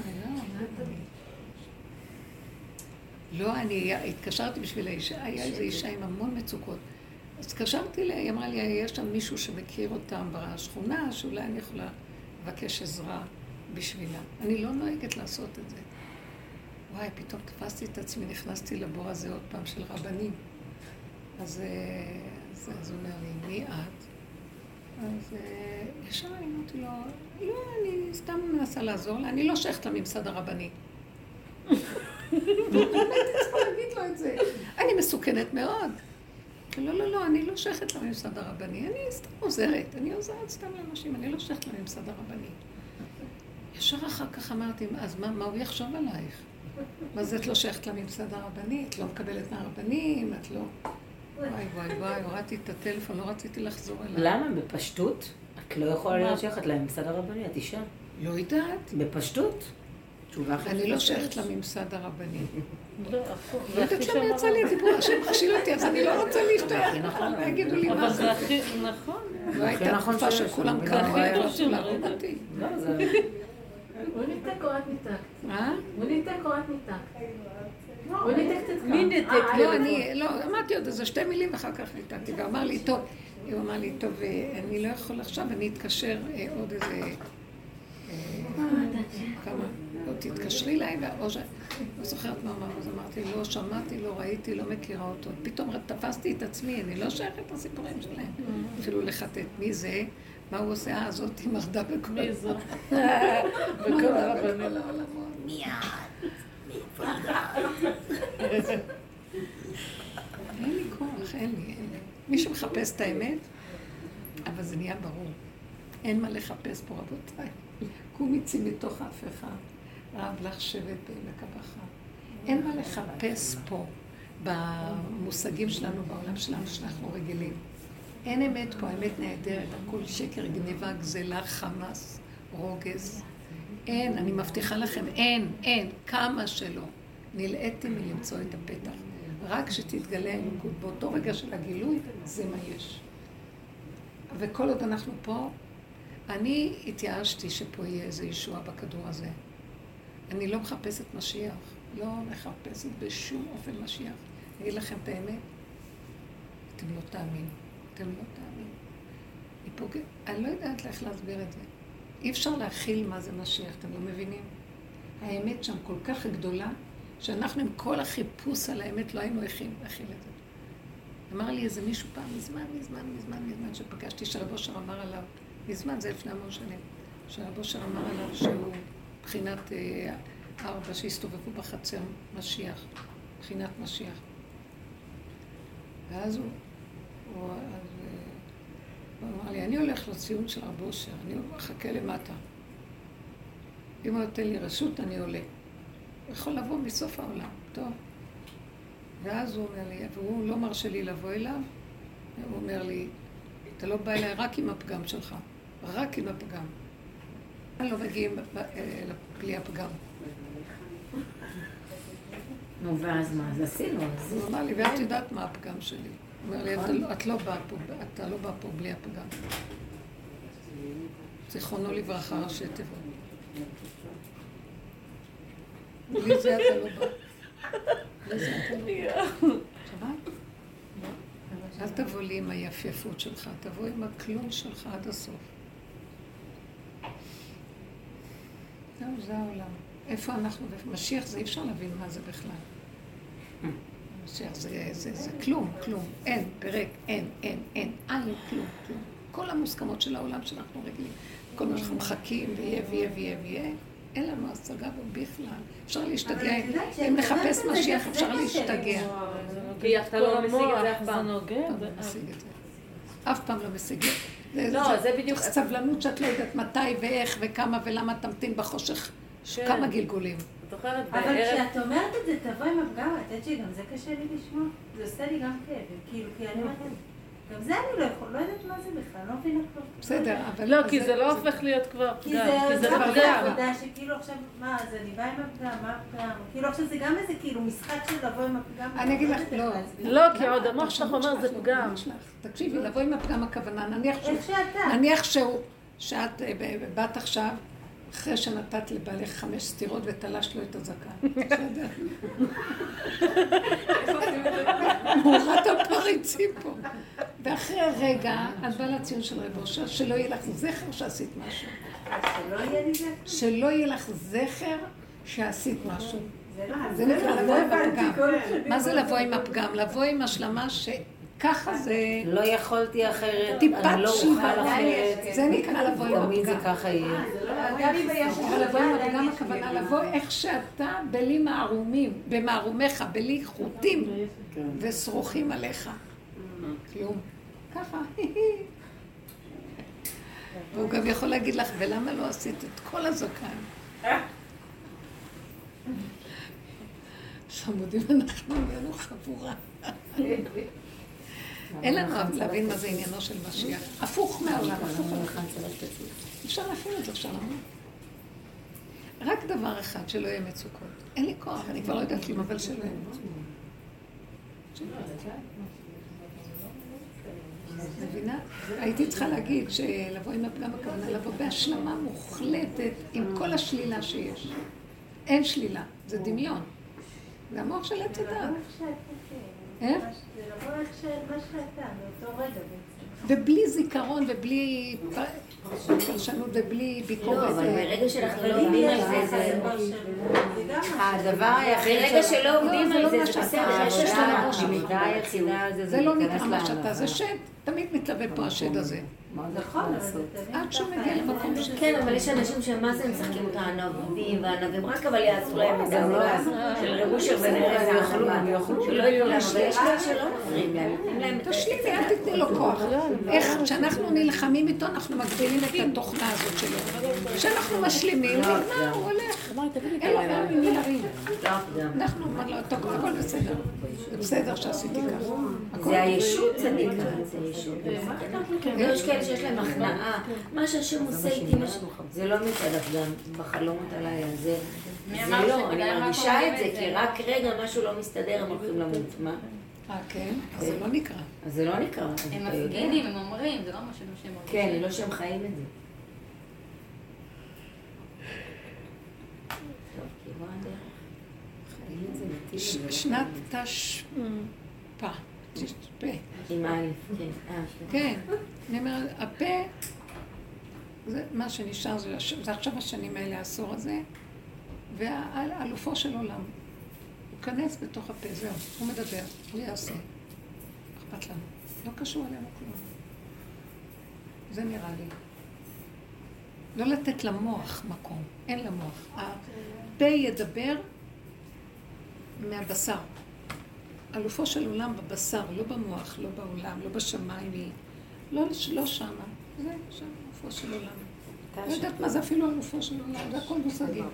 לא, אני התקשרתי בשביל האישה, היה איזו אישה עם המון מצוקות. אז התקשרתי לה, היא אמרה לי, יש שם מישהו שמכיר אותם בשכונה, שאולי אני יכולה לבקש עזרה בשבילה. אני לא נוהגת לעשות את זה. וואי, פתאום תפסתי את עצמי, נכנסתי לבור הזה עוד פעם של רבנים. אז הוא אומר לי, מי את? אז ישר אני אמרתי לו, לא, אני סתם מנסה לעזור לה, אני לא שייכת לממסד הרבני. הייתי צריכה להגיד לו את זה. אני מסוכנת מאוד. לא, אני לא שייכת לממסד הרבני, אני סתם עוזרת. אני עוזרת סתם לאנשים, אני לא שייכת לממסד הרבני. ישר אחר כך אמרתי, אז מה הוא יחשוב עלייך? מה זה את לא שייכת לממסד הרבני? את לא מקבלת מהרבנים? את לא... וואי, הורדתי את הטלפון, לא רציתי לחזור אליו. למה? בפשטות? את לא יכולה להיות שייכת לממסד הרבני, את אישה. לא יודעת. בפשטות? אני לא שייכת לממסד הרבני. לא יודעת למה יצא לי הדיבור, השם מכשיל אותי, אז אני לא רוצה להשתייך. מה יגידו לי מה זה? אבל זה הכי נכון. לא הייתה תקופה שכולם כאן, לא רצו להרוג אותי. לא, זה... הוא ניתק או את ניתקת? מה? הוא ניתק או את ניתקת? הוא ניתק את מי ניתק? לא, אמרתי עוד איזה 2 מילים ואחר כך ניתקתי, ואמר לי, טוב, הוא אמר לי, טוב, אני לא יכול עכשיו, אני אתקשר עוד איזה... כמה? לא, תתקשרי אליי, לא זוכרת מה אמר, אז אמרתי, לא שמעתי, לא ראיתי, לא מכירה אותו. פתאום תפסתי את עצמי, אני לא שייכת לסיפורים שלהם. התחילו לחטט, מי זה? מה הוא עושה? הזאת היא מרדה בכל... מי זאת? בכל העולמות. מיד. אין לי כוח, אין לי. מי שמחפש את האמת, אבל זה נהיה ברור. אין מה לחפש פה, רבותיי. קום יצאי מתוך ההפכה, רב לך שבט בעמק הבכר. אין מה לחפש פה, במושגים שלנו, בעולם שלנו, שאנחנו רגילים. אין אמת פה, האמת נהדרת, הכל שקר, גניבה, גזלה, חמאס, רוגז. אין, אני מבטיחה לכם, אין, כמה שלא. נלאיתי מלמצוא את הפתח. רק שתתגלה האלוקות באותו רגע של הגילוי, זה מה יש. וכל עוד אנחנו פה, אני התייאשתי שפה יהיה איזה ישוע בכדור הזה. אני לא מחפשת משיח, לא מחפשת בשום אופן משיח. אני אגיד לכם את האמת, אתם לא תאמינו, אתם לא תאמינו. אני לא יודעת איך להסביר את זה. אי אפשר להכיל מה זה משיח, אתם לא מבינים? האמת שם כל כך גדולה, שאנחנו עם כל החיפוש על האמת לא היינו יכולים להכיל את זה. אמר לי איזה מישהו פעם, מזמן, שפגשתי שרב אושר אמר עליו, מזמן, זה לפני המון שנים, שרב אושר אמר עליו שהוא בחינת 4 שהסתובבו בחצר משיח, בחינת משיח. ואז הוא אמר לי, אני הולך לציון של רב אושר, אני מחכה למטה. אם הוא נותן לי רשות, אני עולה. הוא יכול לבוא מסוף העולם, טוב. ואז הוא אומר לי, והוא לא מרשה לי לבוא אליו, הוא אומר לי, אתה לא בא אליי רק עם הפגם שלך, רק עם הפגם. אני לא מגיעים בלי הפגם. נו, ואז מה? אז עשינו. הוא אמר לי, ואת יודעת מה הפגם שלי. הוא אומר לי, אתה לא בא פה בלי הפגם. זיכרונו לברכה, ראשי תיבות. בלי זה אתה לא בא. אל תבוא לי עם היפייפות שלך, תבוא עם הכלום שלך עד הסוף. זה העולם. איפה אנחנו? משיח זה אי אפשר להבין מה זה בכלל. משיח זה כלום. אין, פרק, אין. כלום. כל המוסכמות של העולם שאנחנו רגילים. כל מה שאנחנו מחכים ויהיה. אין לנו השגה בו בכלל. אפשר להשתגע. אם נחפש משיח אפשר להשתגע. כי אתה לא משיג את זה אף פעם. אף פעם לא משיג. לא, זה בדיוק. סבלנות שאת לא יודעת מתי ואיך וכמה ולמה תמתין בחושך. כמה גלגולים. אבל כשאת אומרת את זה, תבוא עם הפגם, את יודעת שגם זה קשה לי לשמוע. זה עושה לי גם כאבים. כאילו, כי אני אומרת, גם זה אני לא יודעת מה זה בכלל, לא מבינה כלום. בסדר, אבל... לא, כי זה לא הופך להיות כבר פגם. כי זה כבר עבודה שכאילו עכשיו, מה, אז אני באה עם הפגם, מה הפגם? כאילו עכשיו זה גם איזה כאילו משחק של לבוא עם הפגם. אני אגיד לך, לא. לא, כי עוד המוח שלך אומר זה פגם. תקשיבי, לבוא עם הפגם הכוונה, נניח שאת באת עכשיו, אחרי שנתת לבעלך 5 סתירות ותלש לו את הזקן. בסדר? מורת הפריצים פה. ואחרי הרגע, את באה לציון של רב אושר, שלא יהיה לך זכר שעשית משהו. שלא יהיה לך זכר שעשית משהו. זה נקרא לבוא עם הפגם. מה זה לבוא עם הפגם? לבוא עם השלמה ככה זה... לא יכולתי אחרת, טיפת אני לא אוכל אחרת. זה נקרא לבוא עם תמיד זה הפגם. ככה יהיה. לבוא עם הפגם הכוונה, לבוא איך שאתה בלי מערומים, במערומיך, בלי חוטים ושרוכים עליך. כלום. ככה. והוא גם יכול להגיד לך, ולמה לא עשית את כל הזקן? חמודים, אנחנו נהיינו חבורה. אין לנו להבין מה זה עניינו של משיח. הפוך מהעולם, הפוך מהעולם. אפשר להפעיל את זה, אפשר להבין. רק דבר אחד, שלא יהיה מצוקות. אין לי כוח, אני כבר לא יודעת כלום, אבל שלא יהיה מצוקות. מבינה? הייתי צריכה להגיד שלבוא עם הפגם הכוונה, לבוא בהשלמה מוחלטת עם כל השלילה שיש. אין שלילה, זה דמיון. זה המוח של עץ הדעת. איך? זה לבוא איך מה שאתה, באותו רגע בעצם. ובלי זיכרון ובלי פרשנות ובלי ביקורת. לא, אבל ברגע שאנחנו לא עובדים על זה, הדבר היחיד... ברגע שלא עובדים על זה, זה בסדר. העבודה היחידה על זה, זה לא נקרא מה שאתה, זה שד. תמיד מתלווה פה השד הזה. נכון, עד שהוא מגיע למקום של... כן, אבל יש אנשים שמה זה משחקים אותה הענבים והענבים, רק אבל יעשו להם את זה, של רב אושר ונראה זה יאכלו, שלא יהיו להם, אבל יש כאלה שלא מפריעים להם, נותנים להם את תשלימי, אל תתני לו כוח. איך כשאנחנו נלחמים איתו, אנחנו מגדילים את התוכנה הזאת שלו. כשאנחנו משלימים, נגמר, הוא הולך. אין לו גם ממי לריב. אנחנו אומרים לו, טוב, הכל בסדר. זה בסדר שעשיתי ככה. זה הישות צדיקה, זה הישות. יש כאלה שיש להם הכנעה, מה שהשם עושה איתי, זה לא מתעדף גם בחלומות עליי, זה לא, אני מרגישה את זה, כי רק רגע משהו לא מסתדר, הם הולכים למות, מה? כן, אז זה לא נקרא. אז זה לא נקרא. הם מפגינים, הם אומרים, זה לא משהו שהם מרגישים. כן, לא שהם חיים את זה. שנת תשפ"א. עם א', כן. כן, אני אומרת, הפה, זה מה שנשאר, זה עכשיו השנים האלה, העשור הזה, והאלופו של עולם. הוא כנס בתוך הפה, זהו, הוא מדבר, הוא יעשה. אכפת לנו, לא קשור אלינו כלום. זה נראה לי. לא לתת למוח מקום, אין למוח. הפה ידבר מהבשר. אלופו של עולם בבשר, לא במוח, לא בעולם, לא בשמיים, לא שמה. זה שם אלופו של עולם. לא יודעת מה זה אפילו אלופו של עולם, זה הכל מושגים.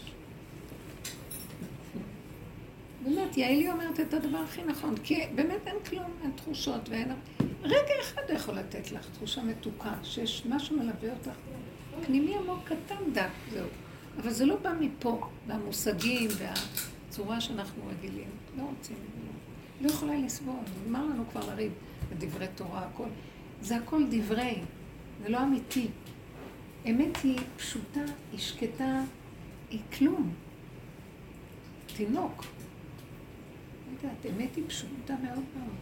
באמת, יעלי אומרת את הדבר הכי נכון, כי באמת אין כלום, אין תחושות ואין... רגע אחד יכול לתת לך תחושה מתוקה, שיש משהו מלווה אותך. פנימי עמוק קטן דק, זהו. אבל זה לא בא מפה, והמושגים והצורה שאנחנו רגילים. לא רוצים, לא יכולה לסבול. נגמר לנו כבר לריב בדברי תורה, הכל. זה הכל דברי, זה לא אמיתי. אמת היא פשוטה, היא שקטה, היא כלום. תינוק. אמת היא פשוטה מאוד מאוד.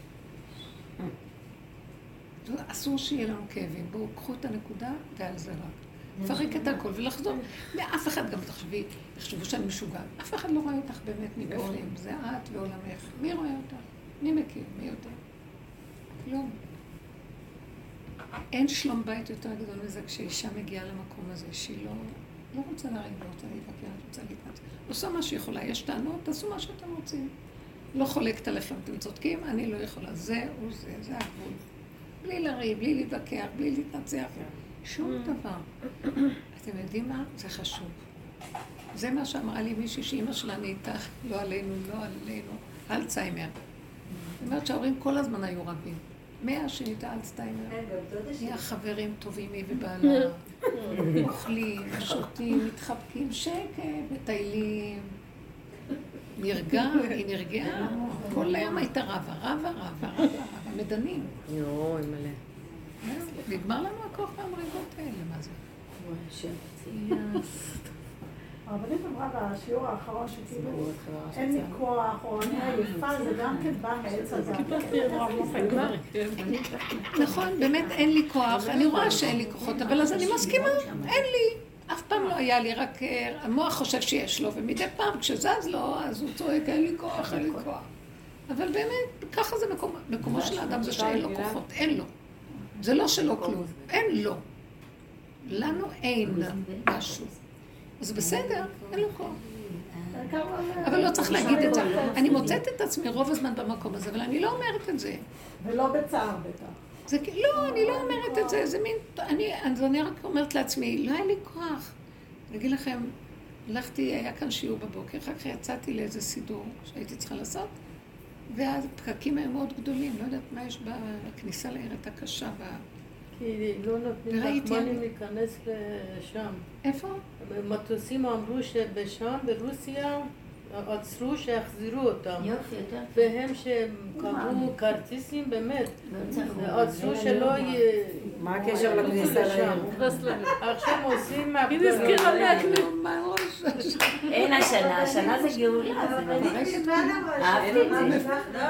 אסור שיהיה לנו כאבים. בואו, קחו את הנקודה ועל זה רק. לפרק את הכל ולחזור. ואף אחד גם תחשבו שאני משוגעת. אף אחד לא רואה אותך באמת מבפנים. זה את ועולמך. מי רואה אותך? מי מכיר? מי יודע? כלום. אין שלום בית יותר גדול מזה כשאישה מגיעה למקום הזה שהיא לא רוצה להרים, לא רוצה להתווכח, לא רוצה להתנצל. עושה מה שיכולה, יש טענות, תעשו מה שאתם רוצים. לא חולקת עליכם, אתם צודקים, אני לא יכולה. זה הגבול. בלי לריב, בלי להתווכח, בלי להתנצח. שום דבר. אתם יודעים מה? זה חשוב. זה מה שאמרה לי מישהי שאמא שלה נהייתה, לא עלינו, אלצהיימר. זאת אומרת שההורים כל הזמן היו רבים. שנהייתה אלצהיימר. היא החברים טובים, היא ובעלה. אוכלים, שותים, מתחבקים, שקט, מטיילים. היא נרגעה. כל היום הייתה רבה, מדנים. יואי, מלא. נגמר לנו הכוח מהמריבות האלה, מה זה? הרבנית אמרה בשיעור האחרון שכאילו אין לי כוח או אני עייפה, זה גם כן בא מעץ הזה. נכון, באמת אין לי כוח, אני רואה שאין לי כוחות, אבל אז אני מסכימה, אין לי. אף פעם לא היה לי, רק המוח חושב שיש לו, ומדי פעם כשזז לו, אז הוא צועק, אין לי כוח. אבל באמת, ככה זה מקומו של האדם, זה שאין לו כוחות, אין לו. זה לא שלו כלום, אין לו. לנו אין משהו. אז בסדר, אין לו כוח. אבל לא צריך להגיד את זה. אני מוצאת את עצמי רוב הזמן במקום הזה, אבל אני לא אומרת את זה. ולא בצער בטח. לא, אני לא אומרת את זה, זה מין... אני רק אומרת לעצמי, לא היה לי כוח. אני אגיד לכם, היה כאן שיעור בבוקר, אחר כך יצאתי לאיזה סידור שהייתי צריכה לעשות, והפקקים היו מאוד גדולים, לא יודעת מה יש בכניסה לעיירת הקשה. כי לא נותנים לחמנים להיכנס לשם. איפה? מטוסים אמרו שבשם, ברוסיה, עצרו שיחזירו אותם. יופי, יותר. והם שקבעו כרטיסים באמת, עצרו שלא יהיה... מה הקשר לכניסה לעיר? עכשיו עושים... היא נזכירה מהכניסה. אין השנה זה גאולה. אבל אני מזמן אמרה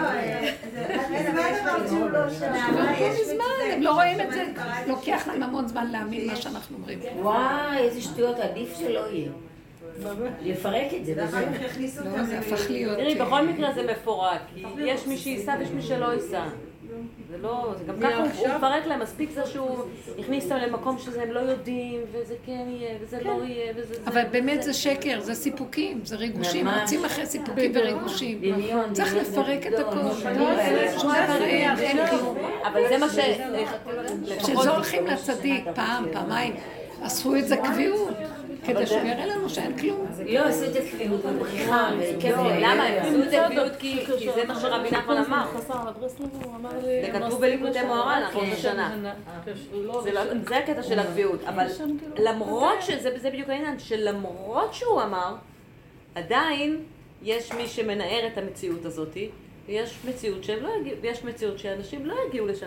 הם לא רואים את זה, לוקח להם המון זמן להאמין מה שאנחנו אומרים. וואי, איזה שטויות, עדיף שלא יהיה. לפרק את זה, לא, זה הפך להיות... תראי, בכל מקרה זה מפורק, כי יש מי שייסע ויש מי שלא ייסע. זה לא, זה גם ככה הוא מפרק להם, מספיק זה שהוא הכניס אותם למקום שזה הם לא יודעים, וזה כן יהיה, וזה לא יהיה, וזה... אבל באמת זה שקר, זה סיפוקים, זה ריגושים, רצים אחרי סיפוקים וריגושים. צריך לפרק את הכל. שום דבר אין כלום. אבל זה מה ש... כשזה הולכים לצדיק פעם, פעמיים, אספו את זה קביעות. כדי שהוא יראה לנו שאין כלום. לא, עשו את זה קביעות ובריחה, וכיף. למה? הם עשו את זה קביעות כי זה מה שרבי נחמן אמר. זה כתוב בליקוטי מוהר"ן, אחרי השנה. זה הקטע של הקביעות. אבל למרות שזה בדיוק העניין, שלמרות שהוא אמר, עדיין יש מי שמנער את המציאות הזאת, ויש מציאות שאנשים לא יגיעו לשם.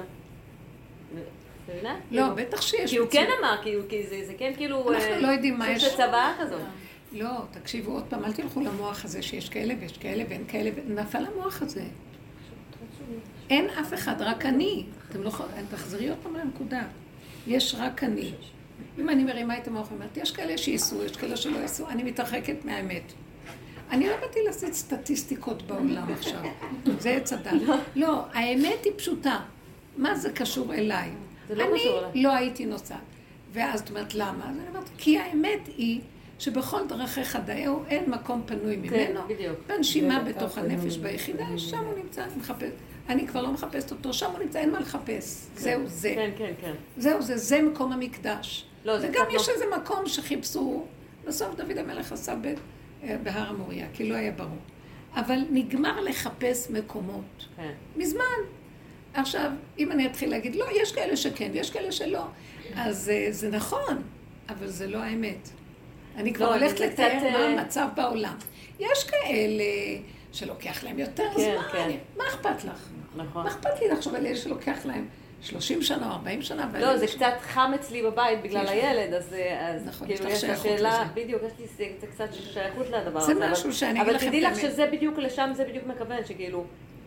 לא, בטח שיש. כי הוא כן אמר, כי זה כן כאילו... אנחנו לא יודעים מה יש. סוג של צוואה כזאת. לא, תקשיבו עוד פעם, אל תלכו למוח הזה שיש כאלה ויש כאלה ואין כאלה, נפל המוח הזה. אין אף אחד, רק אני. אתם לא יכולים, תחזרי עוד פעם לנקודה. יש רק אני. אם אני מרימה את המוח ואומרת, יש כאלה שיסו, יש כאלה שלא יסו, אני מתרחקת מהאמת. אני לא באתי לעשות סטטיסטיקות בעולם עכשיו. זה עץ הדת. לא, האמת היא פשוטה. מה זה קשור אליי? אני לא הייתי נוסעת. ואז את אומרת, למה? אז אני אומרת, כי האמת היא שבכל דרכיך דאהו אין מקום פנוי ממנו. בנשימה בתוך הנפש ביחידה, שם הוא נמצא, אני מחפש. אני כבר לא מחפשת אותו, שם הוא נמצא, אין מה לחפש. זהו זה. כן, כן, כן. זהו זה, זה מקום המקדש. וגם יש איזה מקום שחיפשו, בסוף דוד המלך עשה בהר המוריה, כי לא היה ברור. אבל נגמר לחפש מקומות. מזמן. עכשיו, אם אני אתחיל להגיד, לא, יש כאלה שכן, ויש כאלה שלא, אז זה נכון, אבל זה לא האמת. אני כבר הולכת לתאר מה המצב בעולם. יש כאלה שלוקח להם יותר זמן, מה אכפת לך? מה אכפת לי לחשוב על אלה שלוקח להם 30 שנה או 40 שנה? לא, זה קצת חם אצלי בבית בגלל הילד, אז כאילו יש לי שאלה, בדיוק, יש לי קצת שייכות לדבר הזה. זה משהו שאני אגיד לכם אבל תדעי לך שזה בדיוק, לשם זה בדיוק מכוון, שכאילו,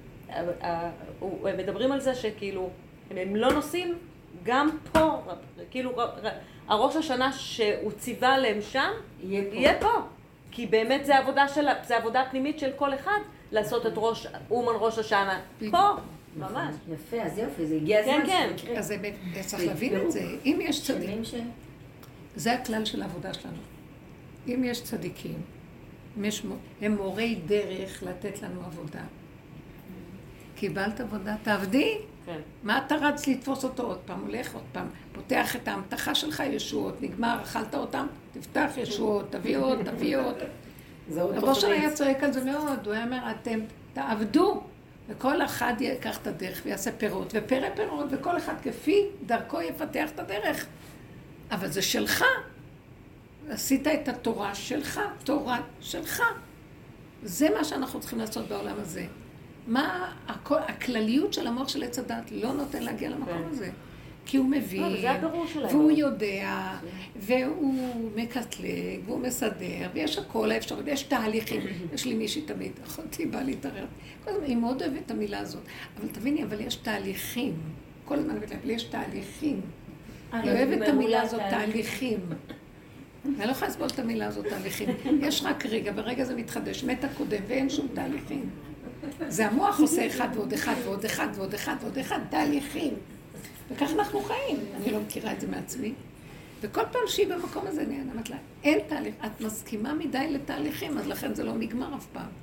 הם מדברים על זה שכאילו, הם לא נוסעים גם פה, כאילו, הראש השנה שהוא ציווה להם שם, יהיה פה. כי באמת זה עבודה פנימית של כל אחד, לעשות את אומן ראש השנה. פה, ממש. יפה, אז יופי, זה הגיע הזמן. כן, כן. אז צריך להבין את זה. אם יש צדיקים, זה הכלל של העבודה שלנו. אם יש צדיקים, הם מורי דרך לתת לנו עבודה. קיבלת עבודה, תעבדי. מה אתה רץ לתפוס אותו עוד פעם, הולך עוד פעם, פותח את ההמתחה שלך, ישועות, נגמר, אכלת אותם, תפתח ישועות, תביא עוד. רבו שלה היה צועק על זה מאוד, הוא היה אומר, אתם תעבדו, וכל אחד ייקח את הדרך ויעשה פירות, ופרא פירות, וכל אחד כפי דרכו יפתח את הדרך. אבל זה שלך. עשית את התורה שלך, תורה שלך. זה מה שאנחנו צריכים לעשות בעולם הזה. מה הכלליות של המוח של עץ הדת לא נותן להגיע למקום הזה. כי הוא מבין, והוא יודע, והוא מקטלג, והוא מסדר, ויש הכל האפשרי, ויש תהליכים. יש לי מישהי תמיד, אחותי באה להתערר. כל הזמן, היא מאוד אוהבת את המילה הזאת. אבל תביני, אבל יש תהליכים. כל הזמן אוהבת לה, אבל יש תהליכים. היא אוהבת את המילה הזאת, תהליכים. אני לא יכולה לסבול את המילה הזאת, תהליכים. יש רק רגע, ורגע זה מתחדש, מתה קודם, ואין שום תהליכים. זה המוח עושה אחד ועוד אחד ועוד אחד ועוד אחד ועוד אחד, תהליכים. וכך אנחנו חיים. אני לא מכירה את זה מעצמי. וכל פעם שהיא במקום הזה, אני אמרת לה, אין תהליך, את מסכימה מדי לתהליכים, אז לכן זה לא נגמר אף פעם.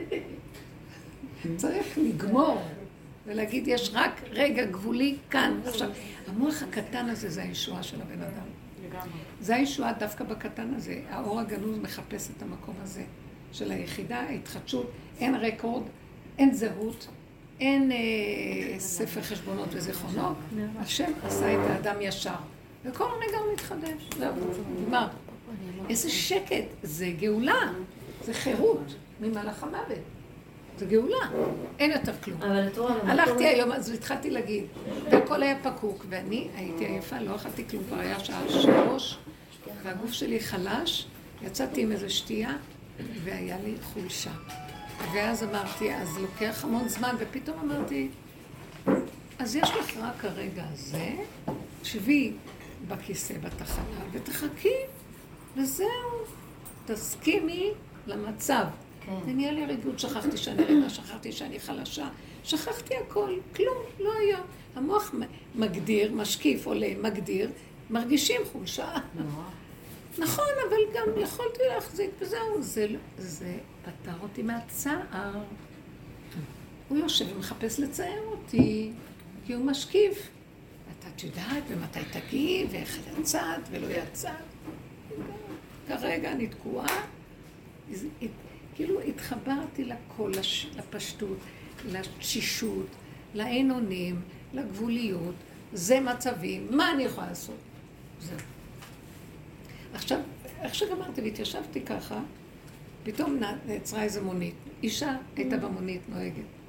צריך לגמור ולהגיד, יש רק רגע גבולי כאן. עכשיו, המוח הקטן הזה זה הישועה של הבן אדם. זה הישועה דווקא בקטן הזה. האור הגנוז מחפש את המקום הזה של היחידה, ההתחדשות, אין רקורד, אין זהות, אין ספר חשבונות וזיכרונות. השם עשה את האדם ישר. וכל רגע הוא מתחדש. זהו, נגמר. איזה שקט, זה גאולה, זה חירות ממלאך המוות. זה גאולה, אין יותר כלום. הלכתי היום, אז התחלתי להגיד, והכל היה פקוק, ואני הייתי עייפה, לא אכלתי כלום, כבר היה שעה 3, והגוף שלי חלש, יצאתי עם איזו שתייה, והיה לי חולשה. ואז אמרתי, אז לוקח המון זמן, ופתאום אמרתי, אז יש לך רק הרגע הזה, שבי בכיסא בתחנה, ותחכי, וזהו, תסכימי למצב. זה נהיה לי ריגוד, שכחתי שאני רימה, שכחתי שאני חלשה, שכחתי הכל, כלום, לא היה. המוח מגדיר, משקיף, עולה, מגדיר, מרגישים חולשה. נכון, אבל גם יכולתי להחזיק, וזהו, זה פתר אותי מהצער. הוא יושב ומחפש לצייר אותי, כי הוא משקיף. את יודעת, ומתי תגיעי, ואיך יצאת, ולא יצאת. כרגע אני תקועה. כאילו התחברתי לכל, לפשטות, לתשישות, לאין אונים, לגבוליות. זה מצבים, מה אני יכולה לעשות? זהו. עכשיו, איך שגמרתי והתיישבתי ככה, פתאום נעצרה איזו מונית. אישה הייתה במונית נוהגת.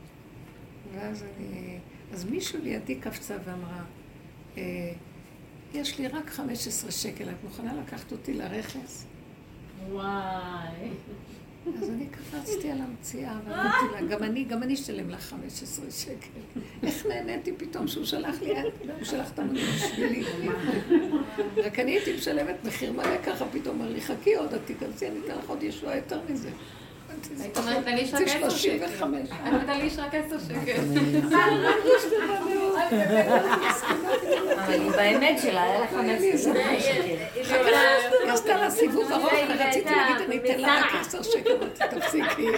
אז מישהו לידי קפצה ואמרה, יש לי רק 15 שקל, את מוכנה לקחת אותי לרכס? וואי. אז אני קפצתי על המציאה, ואמרתי לה, גם אני אשלם לך 15 שקל. איך נהניתי פתאום שהוא שלח לי, הוא שלח את המונים בשבילי. רק אני הייתי משלמת מחיר מלא ככה, פתאום אמר לי, חכי עוד, את תיכנסי, אני אתן לך עוד ישועה יותר מזה. היית אומרת, אני רק 10 שקל. אני תליש רק 10 שקל. אבל היא באמת שלה, היה לה 15 שקל. היא עשתה לה סיבוב ארוך, ורציתי להגיד, אני אתן לה רק 10 שקל, תפסיקי.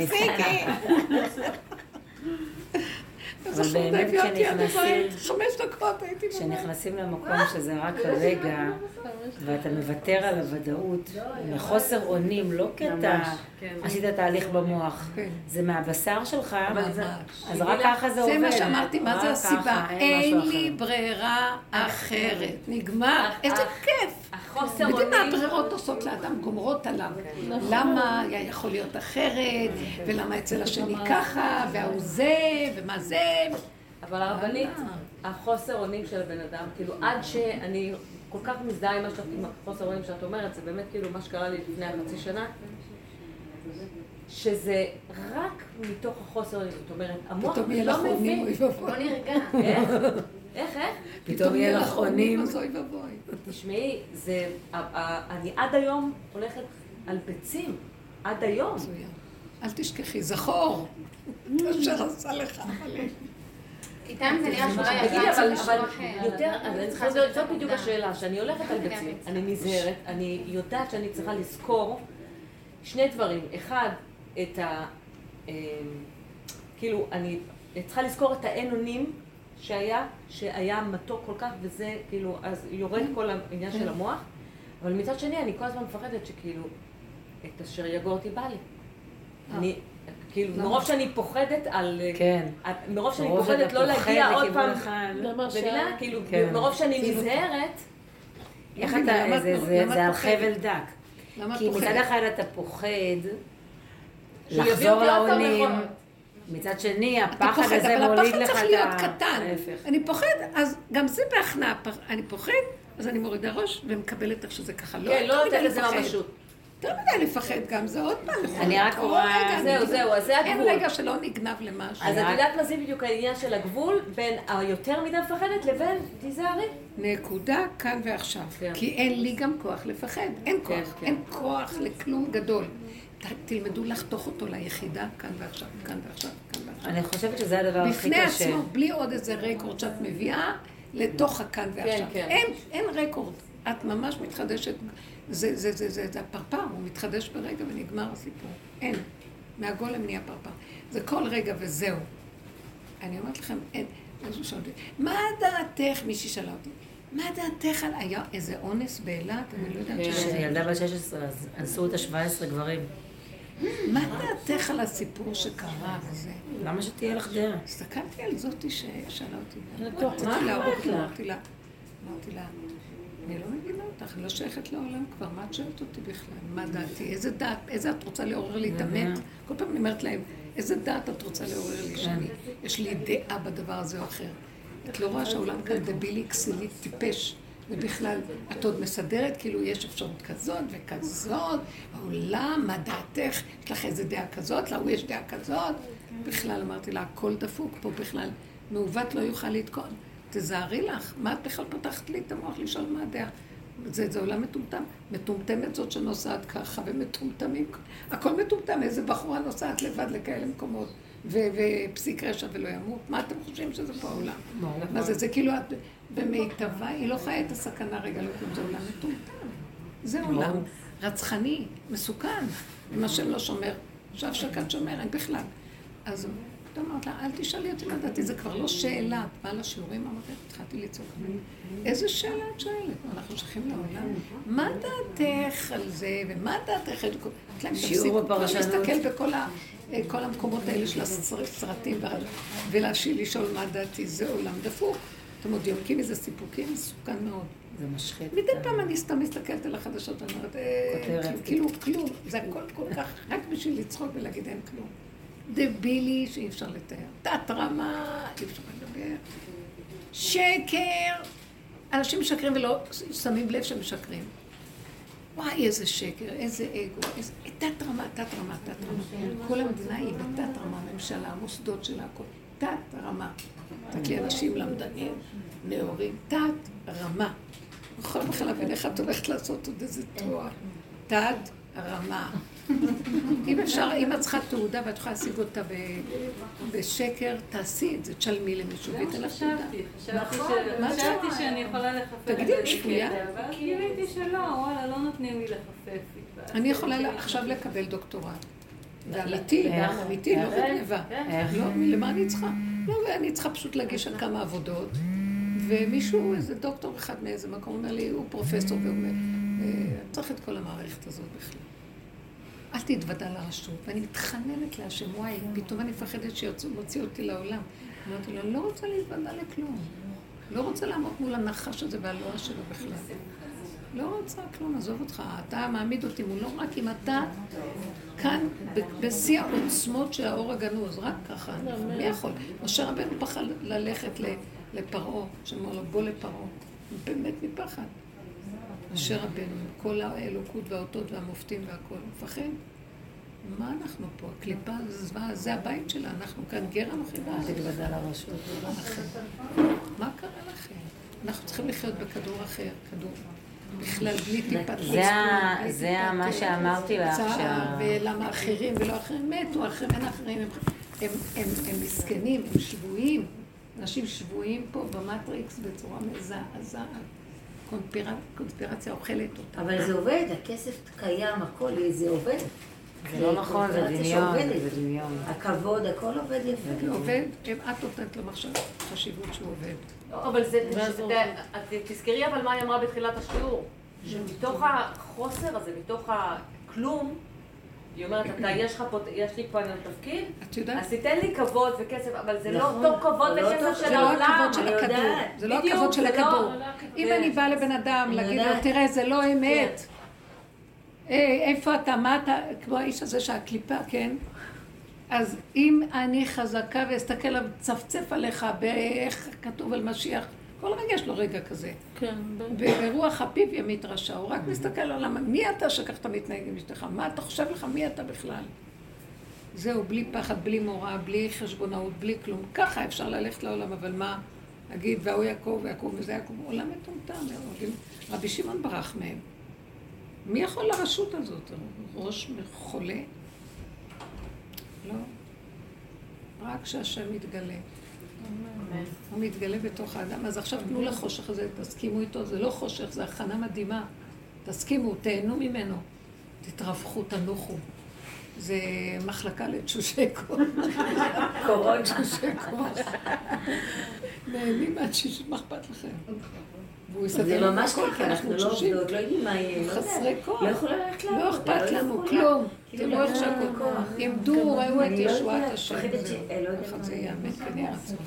אבל באמת כשנכנסים, 5 דקות הייתי בבית. כשנכנסים למקום שזה רק הרגע, ואתה מוותר על הוודאות, מחוסר אונים, לא כי אתה עשית תהליך במוח, זה מהבשר שלך, אז רק ככה זה עובד. זה מה שאמרתי, מה זה הסיבה? אין לי ברירה אחרת. נגמר. איזה כיף. יודעים מה הברירות עושות לאדם? גומרות עליו. למה יכול להיות אחרת, ולמה אצל השני ככה, והוא זה, ומה זה. אבל הרבנית, החוסר אונים של הבן אדם, כאילו עד שאני כל כך מזדהה עם החוסר אונים שאת אומרת, זה באמת כאילו מה שקרה לי לפני חצי שנה, שזה רק מתוך החוסר אונים, זאת אומרת, המוח לא מבין. לא נרגע. איך? פתאום יהיה לך אונים. תשמעי, אני עד היום הולכת על ביצים, עד היום. אל תשכחי, זכור. אשר עשה לך מלא. איתם זה נראה שאולי תגידי, אבל יותר, זאת בדיוק השאלה, שאני הולכת על ביצים, אני נזהרת, אני יודעת שאני צריכה לזכור שני דברים. אחד, כאילו, אני צריכה לזכור את האין אונים שהיה מתוק כל כך, וזה כאילו, אז יורד כל העניין של המוח, אבל מצד שני, אני כל הזמן מפחדת שכאילו, את אשר יגור אותי בא לי. אני, כאילו, מרוב שאני פוחדת מרוב שאני פוחדת לא להגיע עוד פעם, מבינה? כאילו, מרוב שאני נזהרת, איך אתה, זה על חבל דק. כי מצד אחד אתה פוחד לחזור לעונים, מצד שני, הפחד הזה מוליד לך את ה... אבל הפחד צריך להיות קטן. אני פוחד, אז גם זה בהכנעה. אני פוחד, אז אני מורידה ראש ומקבלת איך שזה ככה. כן, לא נותן לזה ממשות. יותר מדי לפחד גם, זה עוד פעם. אני רק רואה... זהו, אז זה הגבול. אין רגע שלא נגנב למשהו. אז את יודעת מה זה בדיוק העניין של הגבול בין היותר מדי מפחדת לבין תיזהרי? נקודה כאן ועכשיו. כי אין לי גם כוח לפחד. אין כוח. אין כוח לכלום גדול. תלמדו לחתוך אותו ליחידה כאן ועכשיו, כאן ועכשיו, כאן ועכשיו. אני חושבת שזה הדבר הכי קשה. בפני עצמו, בלי עוד איזה רקורד שאת מביאה לתוך הכאן ועכשיו. אין רקורד. את ממש מתחדשת. זה הפרפר, הוא מתחדש ברגע ונגמר הסיפור. אין. מהגולם נהיה פרפר. זה כל רגע וזהו. אני אומרת לכם, אין. מה דעתך, מישהי שאלה אותי, מה דעתך על היה איזה אונס באילת? אני לא יודעת ילדה בת 16, אז אנסו אותה 17 גברים. מה דעתך על הסיפור שקרה וזה? למה שתהיה לך דעה? הסתכלתי על זאתי ששאלה אותי. רציתי להראות לה, אמרתי לה, אני לא מבינה אותך, אני לא שייכת לעולם כבר, מה את שואלת אותי בכלל? מה דעתי? איזה דעת, איזה את רוצה לעורר לי את המת? כל פעם אני אומרת להם, איזה דעת את רוצה לעורר לי שאני? יש לי דעה בדבר הזה או אחר. את לא רואה שהעולם כאן דבילי, כסילי, טיפש, ובכלל את עוד מסדרת, כאילו יש אפשרות כזאת וכזאת, העולם, מה דעתך? יש לך איזה דעה כזאת? להוא יש דעה כזאת? בכלל אמרתי לה, הכל דפוק פה בכלל, מעוות לא יוכל לתקון. תזהרי לך, מה את בכלל פתחת לי את המוח לשאול מה הדעה? זה עולם מטומטם. מטומטמת זאת שנוסעת ככה ומטומטמים. הכל מטומטם, איזה בחורה נוסעת לבד לכאלה מקומות ופסיק רשע ולא ימות. מה אתם חושבים שזה פה העולם? מה זה? זה כאילו את במיטבה, היא לא חיה את הסכנה רגע, לא כלום, זה עולם מטומטם. זה עולם רצחני, מסוכן. אם השם לא שומר, עכשיו שקד שומר, אין בכלל. אז אתה אמרת לה, אל תשאלי אותי מה דעתי, זה כבר לא שאלה. את באה לשיעורים, אמרתי, התחלתי לצעוק. איזה שאלה את שואלת? אנחנו שייכים לעולם. מה דעתך על זה, ומה דעתך? שיעור בפרשנות. להסתכל בכל המקומות האלה של הסרטים, ולשאול מה דעתי, זה עולם דפוק. אתם עוד יורקים איזה סיפוקים, מסוכן מאוד. זה משחית. מדי פעם אני סתם מסתכלת על החדשות, אני אומרת, כאילו, כלום. זה הכל כל כך, רק בשביל לצחוק ולהגיד אין כלום. דבילי שאי אפשר לתאר. תת רמה, אי אפשר לדבר. שקר. אנשים משקרים ולא שמים לב שהם משקרים. וואי, איזה שקר, איזה אגו, איזה... תת רמה, תת רמה, תת רמה. כל המדינה היא בתת רמה, הממשלה, המוסדות שלה, הכל. תת רמה. תתלי אנשים למדנים, נאורים, תת רמה. בכל בכלל להבין איך את הולכת לעשות עוד איזה תואר. תת רמה. אם אפשר, אם את צריכה תעודה ואת יכולה להשיג אותה בשקר, תעשי את זה, תשלמי למישהו ויתן לך תעודה. חשבתי שאני יכולה לחפף. תגידי, שפויה? אבל גיליתי שלא, וואלה, לא נותנים לי לחפף. אני יכולה עכשיו לקבל דוקטורט. ואמיתי, אמיתי, לא בגניבה. לא, למה אני צריכה? לא, אני צריכה פשוט להגיש על כמה עבודות, ומישהו, איזה דוקטור אחד מאיזה מקום, אומר לי, הוא פרופסור, והוא אומר, צריך את כל המערכת הזאת בכלל. אל תתוודע לרשות, ואני מתחננת להשם, וואי, פתאום אני מפחדת שיוציא אותי לעולם. אמרתי לו, אני לא רוצה להתוודע לכלום. לא רוצה לעמוד מול הנחש הזה והלואה שלו בכלל. לא רוצה כלום, עזוב אותך. אתה מעמיד אותי מולו רק אם אתה כאן בשיא העוצמות של האור הגנוז, רק ככה. מי יכול? משה רבנו פחד ללכת לפרעה, שאומר לו, בוא לפרעה. באמת מפחד. משה רבנו, עם כל האלוקות והאותות והמופתים והכל, מפחד. מה אנחנו פה? הקליפה זה הבית שלה, אנחנו כאן גר אנוכי בארץ. תתוודע לרשות. מה קרה לכם? אנחנו צריכים לחיות בכדור אחר, כדור בכלל בלי טיפת חוץ. זה מה שאמרתי לך. ולמה אחרים ולא אחרים מתו, אחרים אין אחרים. הם מסכנים, הם שבויים. אנשים שבויים פה במטריקס בצורה מזעזעת. קונספירציה אוכלת אותה. אבל זה עובד, הכסף קיים, הכל, זה עובד. זה לא נכון, זה דמיון, זה דמיון. הכבוד, הכל עובד יפה. זה עובד, את נותנת לו חשיבות שהוא עובד. אבל זה, תזכרי אבל מה היא אמרה בתחילת השיעור, שמתוך החוסר הזה, מתוך הכלום, היא אומרת, יש לי פה תפקיד, אז תיתן לי כבוד וכסף, אבל זה לא אותו כבוד וכסף של העולם. זה לא הכבוד של הכדור, זה לא הכבוד של הכדור. אם אני באה לבן אדם, להגיד לו, תראה, זה לא אמת. איפה אתה, מה אתה, כמו האיש הזה שהקליפה, כן? אז אם אני חזקה ואסתכל וצפצף עליך, באיך כתוב על משיח, כל רגע יש לו רגע כזה. כן. ברוח הפיו ימית רשע, הוא רק מסתכל על מי אתה שכך אתה מתנהג עם אשתך? מה אתה חושב לך? מי אתה בכלל? זהו, בלי פחד, בלי מורא, בלי חשבונאות, בלי כלום. ככה אפשר ללכת לעולם, אבל מה? אגיד, והוא יעקב, ויעקב וזה יעקב, עולם מטומטם. רבי שמעון ברח מהם. מי יכול לרשות הזאת? ראש חולה? לא. רק שהשם מתגלה. הוא מתגלה בתוך האדם. אז עכשיו תנו לחושך הזה, תסכימו איתו. זה לא חושך, זה הכנה מדהימה. תסכימו, תהנו ממנו. תתרווחו, תנוחו. זה מחלקה לתשושי קור. קורות. תשושי קור. נהנים עד שיש, מה אכפת לכם? זה ממש ככה, אנחנו לא עובדות, לא יודעים מה יהיה. חסרי כוח. לא יכולה ללכת לעבוד. לא אכפת לנו כלום. תראו איך שהכל. עמדו, ראו את ישועת השם. לא יודעת מה זה יאמן כנראה עצמו.